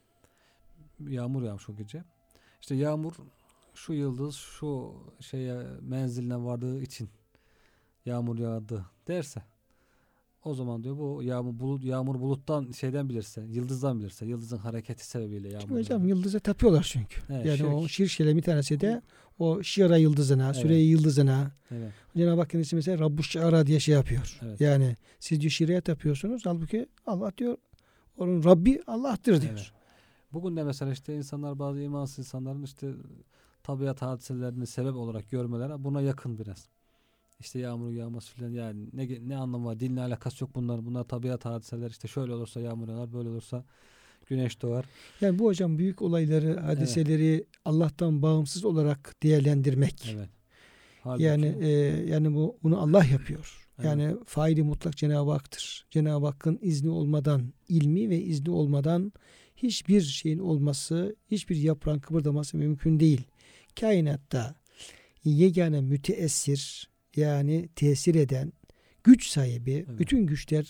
Yağmur yağmış o gece. İşte yağmur şu yıldız şu şeye menziline vardığı için yağmur yağdı derse, o zaman diyor bu yağmur buluttan şeyden bilirse, yıldızdan bilirse, yıldızın hareketi sebebiyle çünkü yağmur hocam yağdı. yıldıza tapıyorlar çünkü. Evet, Yani şirk. o şirk şeylerin bir tanesi de o Şiara yıldızına, Evet. Süreyya yıldızına. Evet. Cenab-ı Hak kendisi mesela Rabbuş Şiara diye şey yapıyor. Evet. Yani siz diyor Şira'ya tapıyorsunuz. Halbuki Allah diyor onun Rabbi Allah'tır diyor. Evet. Bugün de mesela işte insanlar, bazı imansız insanların işte tabiat hadiselerini sebep olarak görmeleri buna yakın biraz. İşte yağmur yağması filan, yani ne anlamı var? Dinle alakası yok bunlar. Bunlar tabiat hadiseler. İşte şöyle olursa yağmur yağar, böyle olursa güneş doğar. Yani bu hocam büyük olayları, hadiseleri Allah'tan bağımsız olarak değerlendirmek. Evet. Halbuki, Yani bunu Allah yapıyor. Evet. Yani faili mutlak Cenab-ı Hak'tır. Cenab-ı Hakk'ın izni olmadan, ilmi ve izni olmadan hiçbir şeyin olması, hiçbir yaprağın kıpırdaması mümkün değil. Kainatta yegane müteessir, yani tesir eden, güç sahibi, Evet. bütün güçler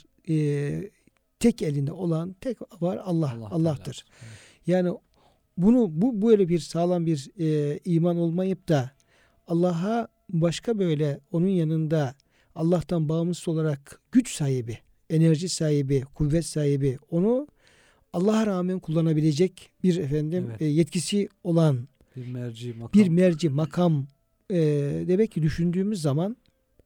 tek elinde olan tek var Allah'tır. Evet. Yani bu böyle bir sağlam bir iman olmayıp da Allah'a başka böyle onun yanında Allah'tan bağımsız olarak güç sahibi, enerji sahibi, kuvvet sahibi, onu Allah'a rağmen kullanabilecek bir Evet. yetkisi olan Bir merci makam. makam demek ki düşündüğümüz zaman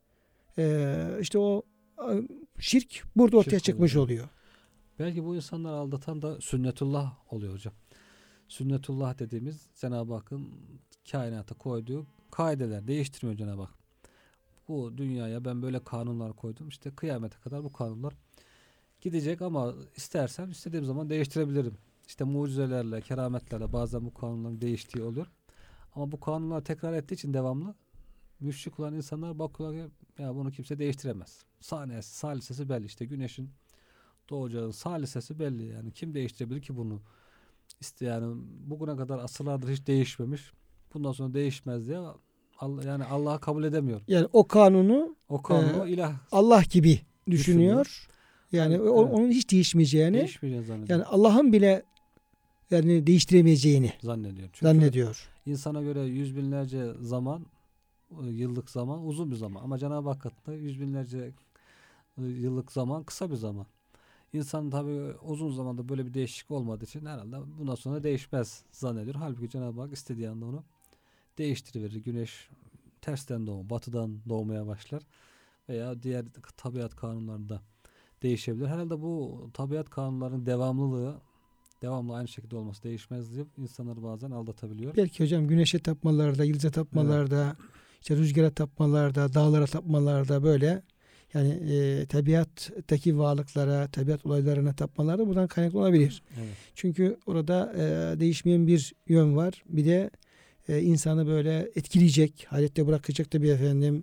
işte o şirk burada ortaya Şirk çıkmış oluyor. oluyor. Belki bu insanları aldatan da sünnetullah oluyor hocam. Sünnetullah dediğimiz Cenab-ı Hakk'ın kainata koyduğu kaideler, değiştirmiyor Cenab-ı Hak. Bu dünyaya ben böyle kanunlar koydum. İşte kıyamete kadar bu kanunlar gidecek ama istersem istediğim zaman değiştirebilirim. İşte mucizelerle, kerametlerle bazen bu kanunların değiştiği oluyor. Ama bu kanunlar tekrar ettiği için devamlı müşrik olan insanlar bakıyorlar ki ya bunu kimse değiştiremez. Saniyesi, salisesi belli. İşte güneşin doğacağı salisesi belli. Yani kim değiştirebilir ki bunu? İşte yani bugüne kadar asırlardır hiç değişmemiş. Bundan sonra değişmez diye yani Allah'ı kabul edemiyor. Yani o kanunu O kanunu ilah Allah gibi düşünüyor. Yani Evet. onun hiç değişmeyeceğini, değişmeyeceğini zannediyor. yani Allah'ın bile yani değiştiremeyeceğini Zannediyor. Çünkü zannediyor. insana göre yüz binlerce zaman, yıllık zaman uzun bir zaman. Ama Cenab-ı Hak katında yüz binlerce yıllık zaman kısa bir zaman. İnsan tabii uzun zamanda böyle bir değişiklik olmadığı için herhalde bundan sonra değişmez zannediyor. Halbuki Cenab-ı Hak istediği anda onu değiştiriverir. Güneş tersten batıdan doğmaya başlar veya diğer tabiat kanunlarında değişebilir. Herhalde bu tabiat kanunlarının devamlı aynı şekilde olması, değişmez diye insanları bazen aldatabiliyor. Belki hocam güneşe tapmalarda, yıldıza tapmalarda, işte rüzgara tapmalarda, dağlara tapmalarda böyle yani tabiattaki varlıklara, tabiat olaylarına tapmalarda buradan kaynaklı olabilir. Evet. Çünkü orada değişmeyen bir yön var. Bir de insanı böyle etkileyecek, hayrette bırakacak da bir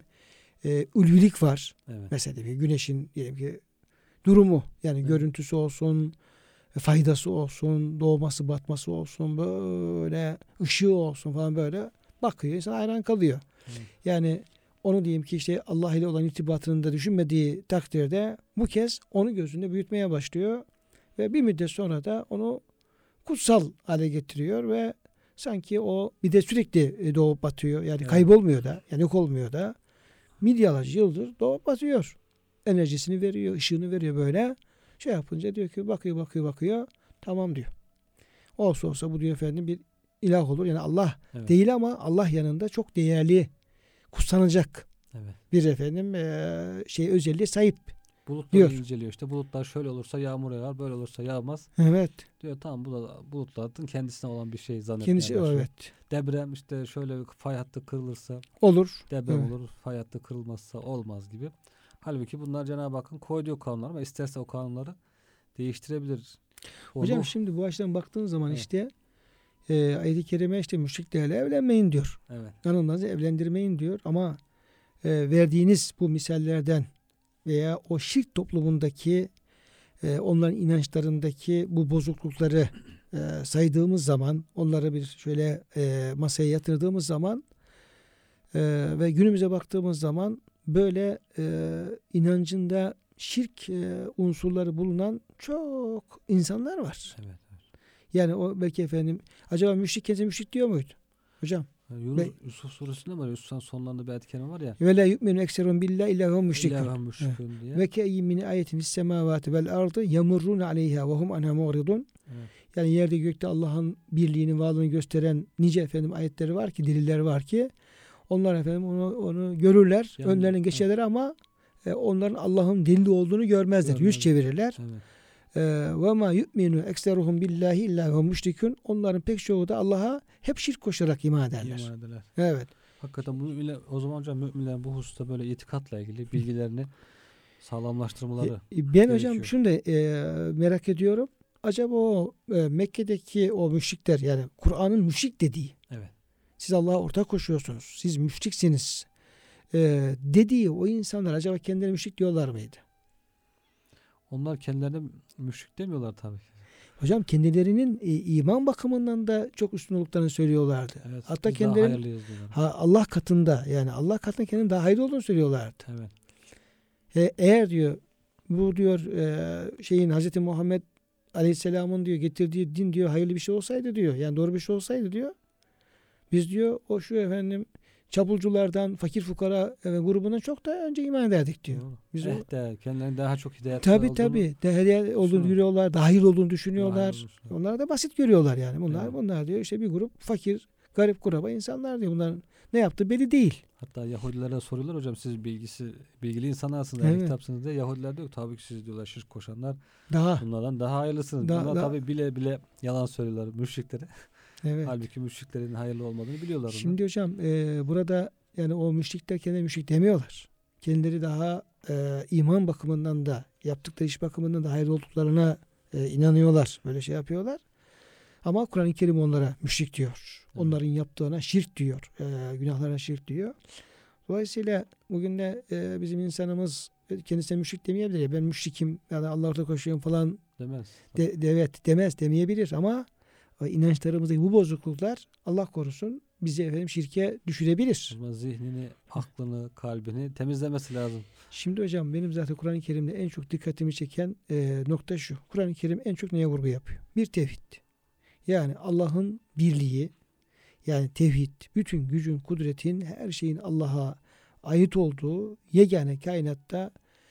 ulvilik var. Evet. Mesela bir güneşin diyelim ki durumu, yani görüntüsü olsun, faydası olsun, doğması batması olsun, böyle ışığı olsun falan, böyle bakıyor, insan hayran kalıyor. Evet. Yani onu diyeyim ki işte Allah ile olan irtibatını da düşünmediği takdirde bu kez onu gözünde büyütmeye başlıyor ve bir müddet sonra da onu kutsal hale getiriyor ve sanki o bir de sürekli doğup batıyor. Yani kaybolmuyor da, yani yok olmuyor da. Milyarlarca yıldır doğup batıyor. Enerjisini veriyor, ışığını veriyor böyle. Şey yapınca diyor ki bakıyor. Tamam diyor. Olsa bu diyor efendim bir ilah olur. Yani Allah değil ama Allah yanında çok değerli, kutsanacak bir efendim özelliğe sahip. Bulutları diyor. inceliyor. İşte bulutlar şöyle olursa yağmur yağar, böyle olursa yağmaz. Evet. Diyor tamam, bu da bulutların kendisine olan bir şey zannetmeye Kendisi başlıyor. evet. Deprem işte şöyle fay hattı kırılırsa olur. Deprem olur, fay hattı kırılmazsa olmaz gibi. Halbuki bunlar Cenab-ı Hakk'ın koyduğu kanunlar ama isterse o kanunları değiştirebilir. Hocam şimdi bu açıdan baktığın zaman işte ayet-i kerime işte müşriklerle evlenmeyin diyor. Evet. Hanımlarınızı evlendirmeyin diyor ama verdiğiniz bu misallerden veya o şirk toplumundaki onların inançlarındaki bu bozuklukları saydığımız zaman, onları bir şöyle masaya yatırdığımız zaman ve günümüze baktığımız zaman böyle inancında şirk unsurları bulunan çok insanlar var. Evet. Yani o belki efendim acaba müşrik kendisi müşrik diyor muydu? Hocam. Yusuf suresinde var. Yusuf'un sonlarında bir ayet-i kerime var ya. Ve la yu'minu ekserun billahi illa hum müşrikun. Ve ke'yyin min ayetin fis semavati vel ardı yamurrun aleyha ve hum anha mu'ridun. Yani yerde gökte Allah'ın birliğini, varlığını gösteren nice efendim ayetleri var ki, deliller var ki onlar efendim onu görürler, önlerine geçerler ama onların Allah'ın delili olduğunu görmezler. Yüz çevirirler. Ve ma yu'minu ekseruhum billahi illa hum müşrikun. Onların pek çoğu da Allah'a hep şirk koşarak iman ederler. Evet. Hakikaten o zaman hocam müminlerin bu hususta böyle itikatla ilgili bilgilerini sağlamlaştırmaları ben gerekiyor. Hocam şunu da merak ediyorum. Acaba o Mekke'deki o müşrikler, yani Kur'an'ın müşrik dediği, siz Allah'a ortak koşuyorsunuz, siz müşriksiniz dediği o insanlar acaba kendileri müşrik diyorlar mıydı? Onlar kendilerine müşrik demiyorlar tabii ki. Hocam kendilerinin iman bakımından da çok üstün olduklarını söylüyorlardı. Evet, hatta kendilerinin Allah katında, yani Allah katında kendinin daha hayırlı olduğunu söylüyorlardı. Eğer diyor bu diyor Hz. Muhammed Aleyhisselam'ın diyor getirdiği din diyor hayırlı bir şey olsaydı diyor, yani doğru bir şey olsaydı diyor, biz diyor o şu efendim çapulculardan, fakir fukara grubundan çok daha önce iman ederdik diyor. Biz kendilerine daha çok hidayet tabii hidayet olduğunu görüyorlar, daha hayırlı olduğunu düşünüyorlar. Onlar da basit görüyorlar yani. Bunlar diyor işte bir grup fakir, garip kuraba insanlar diyor. Bunların ne yaptığı belli değil. Hatta Yahudilere soruyorlar, hocam siz bilgili insanlarsınız, yani kitapsınız diye. Yahudiler diyor tabii ki siz diyorlar şirk koşanlar bunlardan daha hayırlısınız. Bunlar tabii bile yalan söylüyorlar müşriklere. Halbuki müşriklerin hayırlı olmadığını biliyorlar. Şimdi hocam burada yani o müşrikler kendileri müşrik demiyorlar. Kendileri daha iman bakımından da, yaptıkları iş bakımından da hayırlı olduklarına inanıyorlar. Böyle şey yapıyorlar. Ama Kur'an-ı Kerim onlara müşrik diyor. Onların yaptığına şirk diyor. Günahlarına şirk diyor. Dolayısıyla bugün de bizim insanımız kendisine müşrik demeyebilir. Ya ben müşrikim ya da Allah'a koşuyorum falan demez, demeyebilir ama inançlarımızdaki bu bozukluklar Allah korusun bizi efendim şirke düşürebilir. Ama zihnini, aklını, kalbini temizlemesi lazım. Şimdi hocam benim zaten Kur'an-ı Kerim'de en çok dikkatimi çeken nokta şu. Kur'an-ı Kerim en çok neye vurgu yapıyor? Bir tevhid. Yani Allah'ın birliği, yani tevhid, bütün gücün, kudretin, her şeyin Allah'a ait olduğu yegane kainatta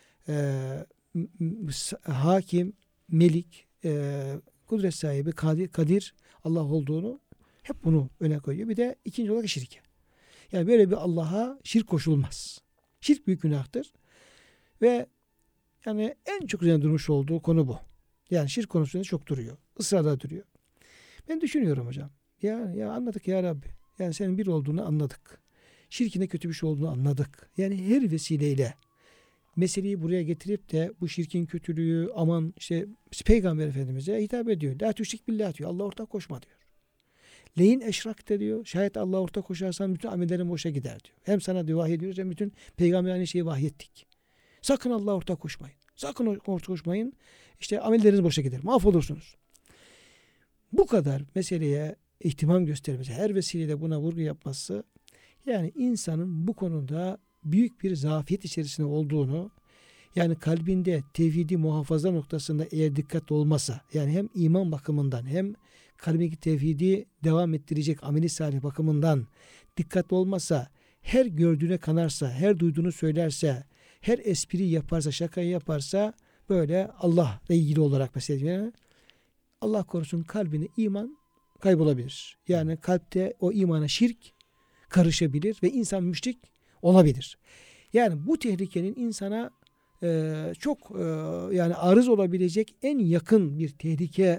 hakim, melik, kudret sahibi, kadir Allah olduğunu hep bunu öne koyuyor. Bir de ikinci olarak şirke. Yani böyle bir Allah'a şirk koşulmaz. Şirk büyük günahtır. Ve yani en çok üzerine durmuş olduğu konu bu. Yani şirk konusunda çok duruyor. Israrla duruyor. Ben düşünüyorum hocam. Ya anladık ya Rabbi. Yani senin bir olduğunu anladık. Şirkin de kötü bir şey olduğunu anladık. Yani her vesileyle meseleyi buraya getirip de bu şirkin kötülüğü aman işte Peygamber Efendimiz'e hitap ediyor. La tüşrik billah diyor. Allah ortak koşma diyor. Leyin eşrakte diyor. Şayet Allah ortak koşarsan bütün amellerin boşa gider diyor. Hem sana diyor vahyediyoruz hem bütün peygamber aynı şeyi vahyettik. Sakın Allah ortak koşmayın. Sakın ortak koşmayın. İşte amelleriniz boşa gider. Mahvolursunuz. Bu kadar meseleye ihtimam göstermesi, her vesileyle buna vurgu yapması, yani insanın bu konuda büyük bir zafiyet içerisinde olduğunu, yani kalbinde tevhidi muhafaza noktasında eğer dikkatli olmasa, yani hem iman bakımından hem kalbindeki tevhidi devam ettirecek ameli salih bakımından dikkatli olmazsa, her gördüğüne kanarsa, her duyduğunu söylerse, her espri yaparsa, şakayı yaparsa, böyle Allah'la ilgili olarak mesela Allah korusun kalbine iman kaybolabilir. Yani kalpte o imana şirk karışabilir ve insan müşrik olabilir. Yani bu tehlikenin insana çok yani arız olabilecek en yakın bir tehlike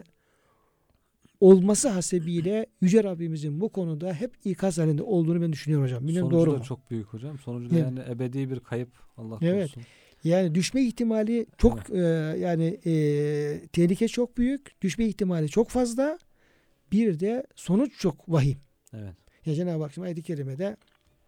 olması hasebiyle Yüce Rabbimizin bu konuda hep ikaz halinde olduğunu ben düşünüyorum hocam. Bilmiyorum, sonucu doğru da mu? çok büyük hocam. Sonucu da Evet. yani ebedi bir kayıp, Allah Evet. korusun. Yani düşme ihtimali çok tehlike çok büyük. Düşme ihtimali çok fazla. Bir de sonuç çok vahim. Evet. Ya Cenab-ı Hak şimdi ayet-i kerimede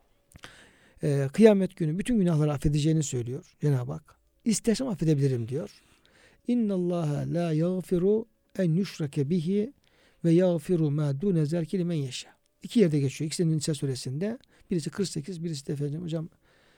kıyamet günü bütün günahları affedeceğini söylüyor Cenab-ı Hak. İstersem affedebilirim diyor. İnnallaha la yaghfiru en yushrake bihi ve yaghfiru ma dune zalike limen yasha. İki yerde geçiyor. İkisinin Nisa suresinde. Birisi 48, birisi de efendim hocam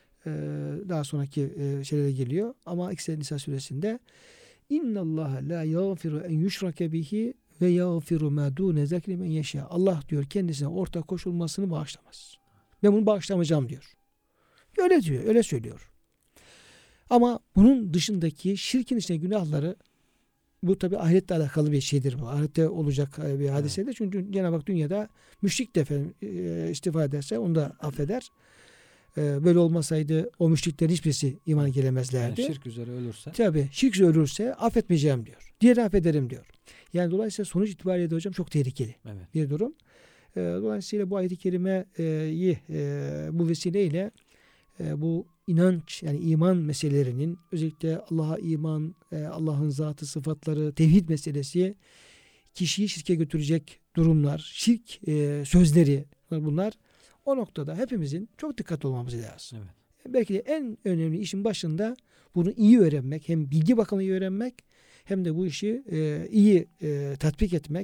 daha sonraki şeylere geliyor. Ama ikisi de Nisa suresinde. İnnallaha la yaghfiru en yushrake bihi ve yaghfiru ma dune zalike limen yasha. Allah diyor kendisine ortak koşulmasını bağışlamaz. Ben bunu bağışlamayacağım diyor. Öyle diyor, öyle söylüyor. Ama bunun dışındaki şirkin içinde günahları, bu tabi ahiretle alakalı bir şeydir bu. Ahirette olacak bir hadisedir. Evet. Çünkü Cenab-ı Hak dünyada müşrik de efendim istifa ederse onu da affeder. Böyle olmasaydı o müşriklerin hiçbirisi imana gelemezlerdi. Yani şirk üzere ölürse. Tabi şirk üzere ölürse affetmeyeceğim diyor. Diğerini affederim diyor. Yani dolayısıyla sonuç itibariyle de hocam çok tehlikeli bir durum. Dolayısıyla bu ayet-i kerimeyi bu vesileyle bu inanç yani iman meselelerinin özellikle Allah'a iman, Allah'ın zatı, sıfatları, tevhid meselesi kişiyi şirke götürecek durumlar, şirk sözleri bunlar o noktada hepimizin çok dikkatli olmamız lazım. Evet. Belki de en önemli işin başında bunu iyi öğrenmek, hem bilgi bakımı iyi öğrenmek hem de bu işi iyi tatbik etmek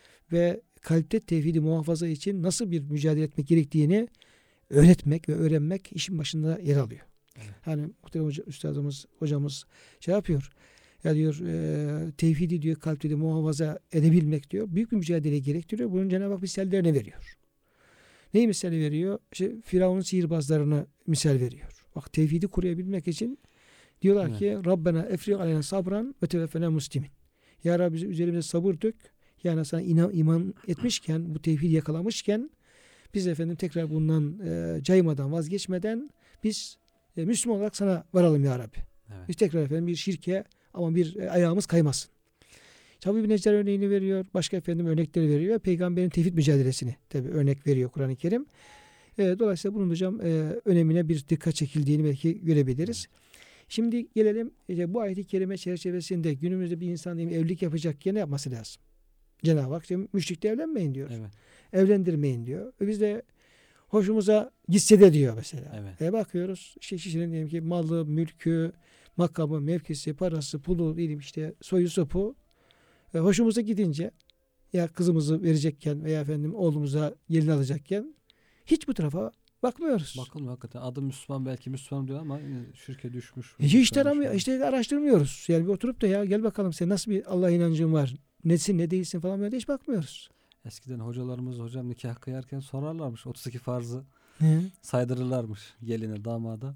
ve kalpte tevhidi muhafaza için nasıl bir mücadele etmek gerektiğini öğretmek ve öğrenmek işin başında yer alıyor. Evet. Hani muhterem üstadımız, hocamız şey yapıyor. Ya diyor tevhidi diyor kalpte de muhafaza edebilmek diyor. Büyük bir mücadele gerektiriyor. Bunun Cenab-ı Hak misallerini veriyor. Neyi misal veriyor? İşte Firavun'un sihirbazlarını misal veriyor. Bak tevhidi koruyabilmek için diyorlar ki Rabbena efrig aleyna sabran ve teveffena muslimin. Ya Rabbi üzerimize sabır dök. Yani sana iman etmişken, bu tevhidi yakalamışken biz efendim tekrar bundan caymadan, vazgeçmeden biz Müslüman olarak sana varalım ya Rabbi. Evet. Biz tekrar efendim bir şirke ama bir ayağımız kaymasın. Tabi bir Neccar örneğini veriyor. Başka efendim örnekleri veriyor. Peygamberin tevhid mücadelesini tabi örnek veriyor Kur'an-ı Kerim. Dolayısıyla bunun hocam önemine bir dikkat çekildiğini belki görebiliriz. Şimdi gelelim bu ayet-i kerime çerçevesinde günümüzde bir insan evlilik yapacakken ne yapması lazım? Cenab-ı Hak müşrikle evlenmeyin diyor. Evet. Evlendirmeyin diyor. Biz de hoşumuza gitse de diyor mesela. Evet. Bakıyoruz işte kişinin diyelim ki malı, mülkü, makamı, mevkisi, parası, pulu, diyelim işte soyu sopu hoşumuza gidince ya kızımızı verecekken veya efendim oğlumuza gelin alacakken hiç bu tarafa bakmıyoruz. Bakılmıyor hakikaten. Adı Müslüman, belki Müslüman diyor ama şirke düşmüş. Hiç işte araştırmıyoruz. Yani bir oturup da ya gel bakalım sen nasıl bir Allah inancın var? Nesin ne değilsin falan böyle hiç bakmıyoruz. Eskiden hocalarımız hocam nikah kıyarken sorarlarmış. 32 farzı saydırırlarmış geline, damada.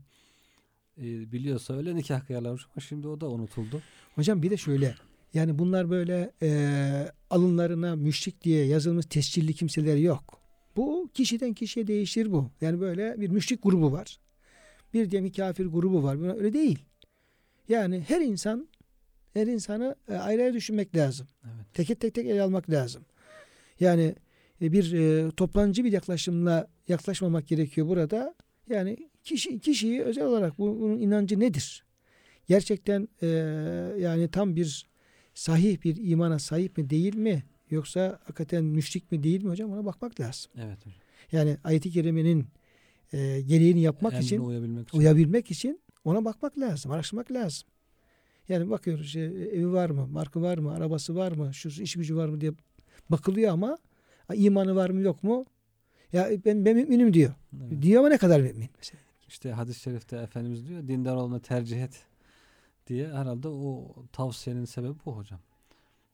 Biliyorsa öyle nikah kıyarlarmış ama şimdi o da unutuldu. Hocam bir de şöyle yani bunlar böyle alınlarına müşrik diye yazılmış tescilli kimseler yok. Bu kişiden kişiye değişir bu. Yani böyle bir müşrik grubu var. Bir diyelim kafir grubu var. Buna öyle değil. Yani her insanı ayrı ayrı düşünmek lazım. Evet. Tek ele almak lazım. Yani bir toplancı bir yaklaşımla yaklaşmamak gerekiyor burada. Yani kişiyi özel olarak bunun inancı nedir? Gerçekten yani tam bir sahih bir imana sahip mi değil mi? Yoksa hakikaten müşrik mi değil mi hocam? Ona bakmak lazım. Evet hocam. Yani ayet-i kerimenin gereğini yapmak için, uyabilmek için ona bakmak lazım, araştırmak lazım. Yani bakıyoruz evi var mı, markı var mı, arabası var mı, şu iş gücü var mı diye bakılıyor ama imanı var mı yok mu? Ya ben müminim diyor. Evet. Diyor ama ne kadar mümin mesela. İşte hadis-i şerifte Efendimiz diyor dindar olma tercih et diye, herhalde o tavsiyenin sebebi bu hocam.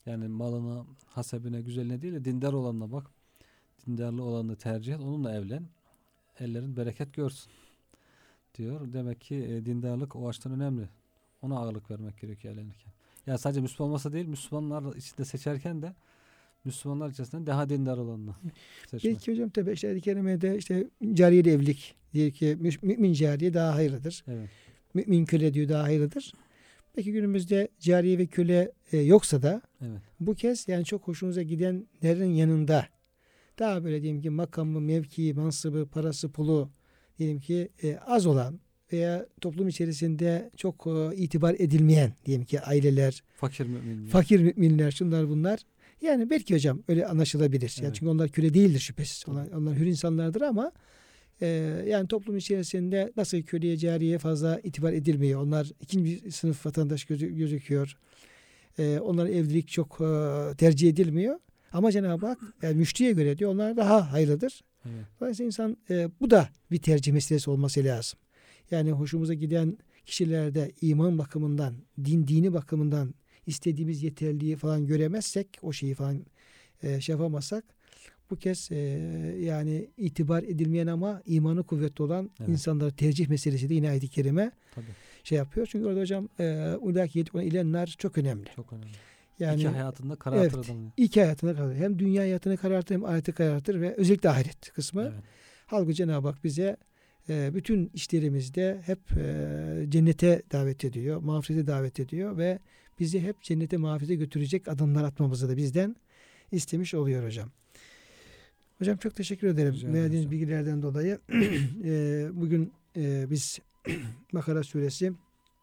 Yani malına, hasebine, güzeline değil de dindar olanına bak. Dindarlı olanı tercih et. Onunla evlen. Ellerin bereket görsün diyor. Demek ki dindarlık o açıdan önemli. Ona ağırlık vermek gerekiyor evlenirken. Yani sadece Müslüman olmasa değil, Müslümanlar içinde seçerken de Müslümanlar içerisinde daha dindar olanını seçmek. Belki hocam tabi ayet-i kerimede işte cariyeli evlilik diyor ki mümin cariye daha hayırlıdır. Evet. Mümin köle diyor daha hayırlıdır. Belki günümüzde cariye ve köle yoksa da Evet. bu kez yani çok hoşunuza gidenlerin yanında daha böyle diyelim ki makamı, mevkii, mansıbı, parası, pulu diyelim ki az olan veya toplum içerisinde çok itibar edilmeyen diyelim ki aileler, Fakir müminler. fakir müminler, şunlar bunlar. Yani belki hocam öyle anlaşılabilir. Evet. Yani çünkü onlar köle değildir şüphesiz. Onlar hür insanlardır ama yani toplum içerisinde nasıl köleye, cariyeye fazla itibar edilmiyor. Onlar ikinci sınıf vatandaş gözüküyor. Onların evlilik çok tercih edilmiyor. Ama Cenab-ı Hak yani müşteriye göre diyor onlar daha hayırlıdır. Evet. Dolayısıyla insan bu da bir tercih meselesi olması lazım. Yani hoşumuza giden kişilerde iman bakımından, dini bakımından istediğimiz yeterliği falan göremezsek, o şeyi falan şey yapamazsak bu kez yani itibar edilmeyen ama imanı kuvvetli olan insanları tercih meselesi de yine ayet-i kerime şey yapıyor. Çünkü orada hocam ulaki yed'ûne ilen-nâr çok önemli. Çok önemli. Yani, İki hayatında karartır evet, adamı. İki hayatını karartır. Hem dünya hayatını karartır hem ahireti karartır ve özellikle ahiret kısmı. Evet. Halbuki Cenab-ı Hak bize bütün işlerimizde hep cennete davet ediyor, mağfirete davet ediyor ve bizi hep cennete, mağfirete götürecek adımlar atmamızı da bizden istemiş oluyor hocam. Hocam çok teşekkür ederim verdiğiniz bilgilerden dolayı. Bugün biz Bakara suresi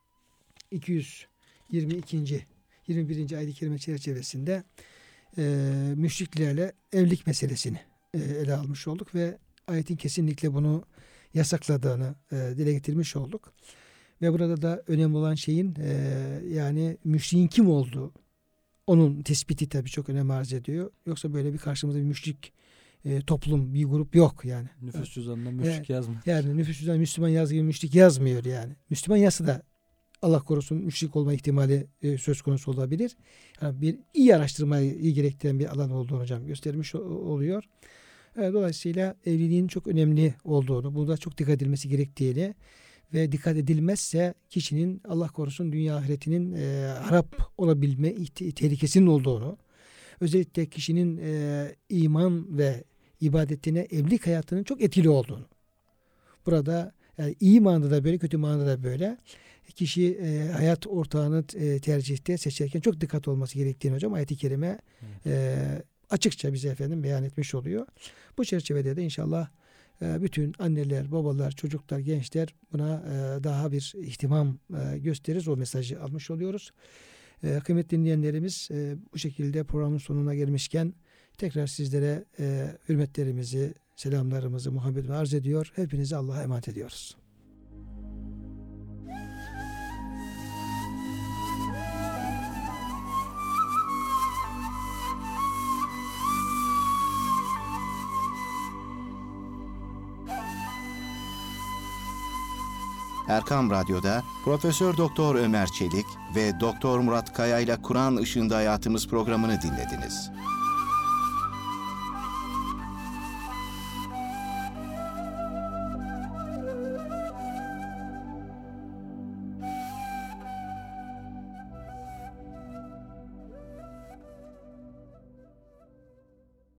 222. 21. ayet-i kerime çerçevesinde müşriklerle evlilik meselesini ele almış olduk ve ayetin kesinlikle bunu yasakladığını dile getirmiş olduk. Ve burada da önemli olan şeyin yani müşriğin kim olduğu, onun tespiti tabii çok önem arz ediyor. Yoksa böyle bir karşımızda bir müşrik toplum, bir grup yok yani. Nüfus cüzdanında müşrik yazmıyor. Yani nüfus cüzdanında Müslüman yazdığı gibi müşrik yazmıyor yani. Müslüman yazsa da Allah korusun müşrik olma ihtimali söz konusu olabilir. Yani bir iyi araştırmayı gerektiren bir alan olduğunu hocam göstermiş oluyor. Dolayısıyla evliliğin çok önemli olduğunu, burada çok dikkat edilmesi gerektiğini ve dikkat edilmezse kişinin Allah korusun dünya ahiretinin harap olabilme tehlikesinin olduğunu, özellikle kişinin iman ve ibadetine, evlilik hayatının çok etkili olduğunu. Burada yani iyi manada da böyle, kötü manada da böyle. Kişi hayat ortağını tercihte seçerken çok dikkat olması gerektiğini hocam ayet-i kerime açıkça bize efendim beyan etmiş oluyor. Bu çerçevede de inşallah bütün anneler, babalar, çocuklar, gençler buna daha bir ihtimam gösteririz. O mesajı almış oluyoruz. Kıymetli dinleyenlerimiz bu şekilde programın sonuna gelmişken tekrar sizlere hürmetlerimizi, selamlarımızı, muhabbetimi arz ediyor. Hepinizi Allah'a emanet ediyoruz. Erkam Radyo'da Profesör Doktor Ömer Çelik ve Doktor Murat Kaya ile Kur'an Işığında Hayatımız programını dinlediniz.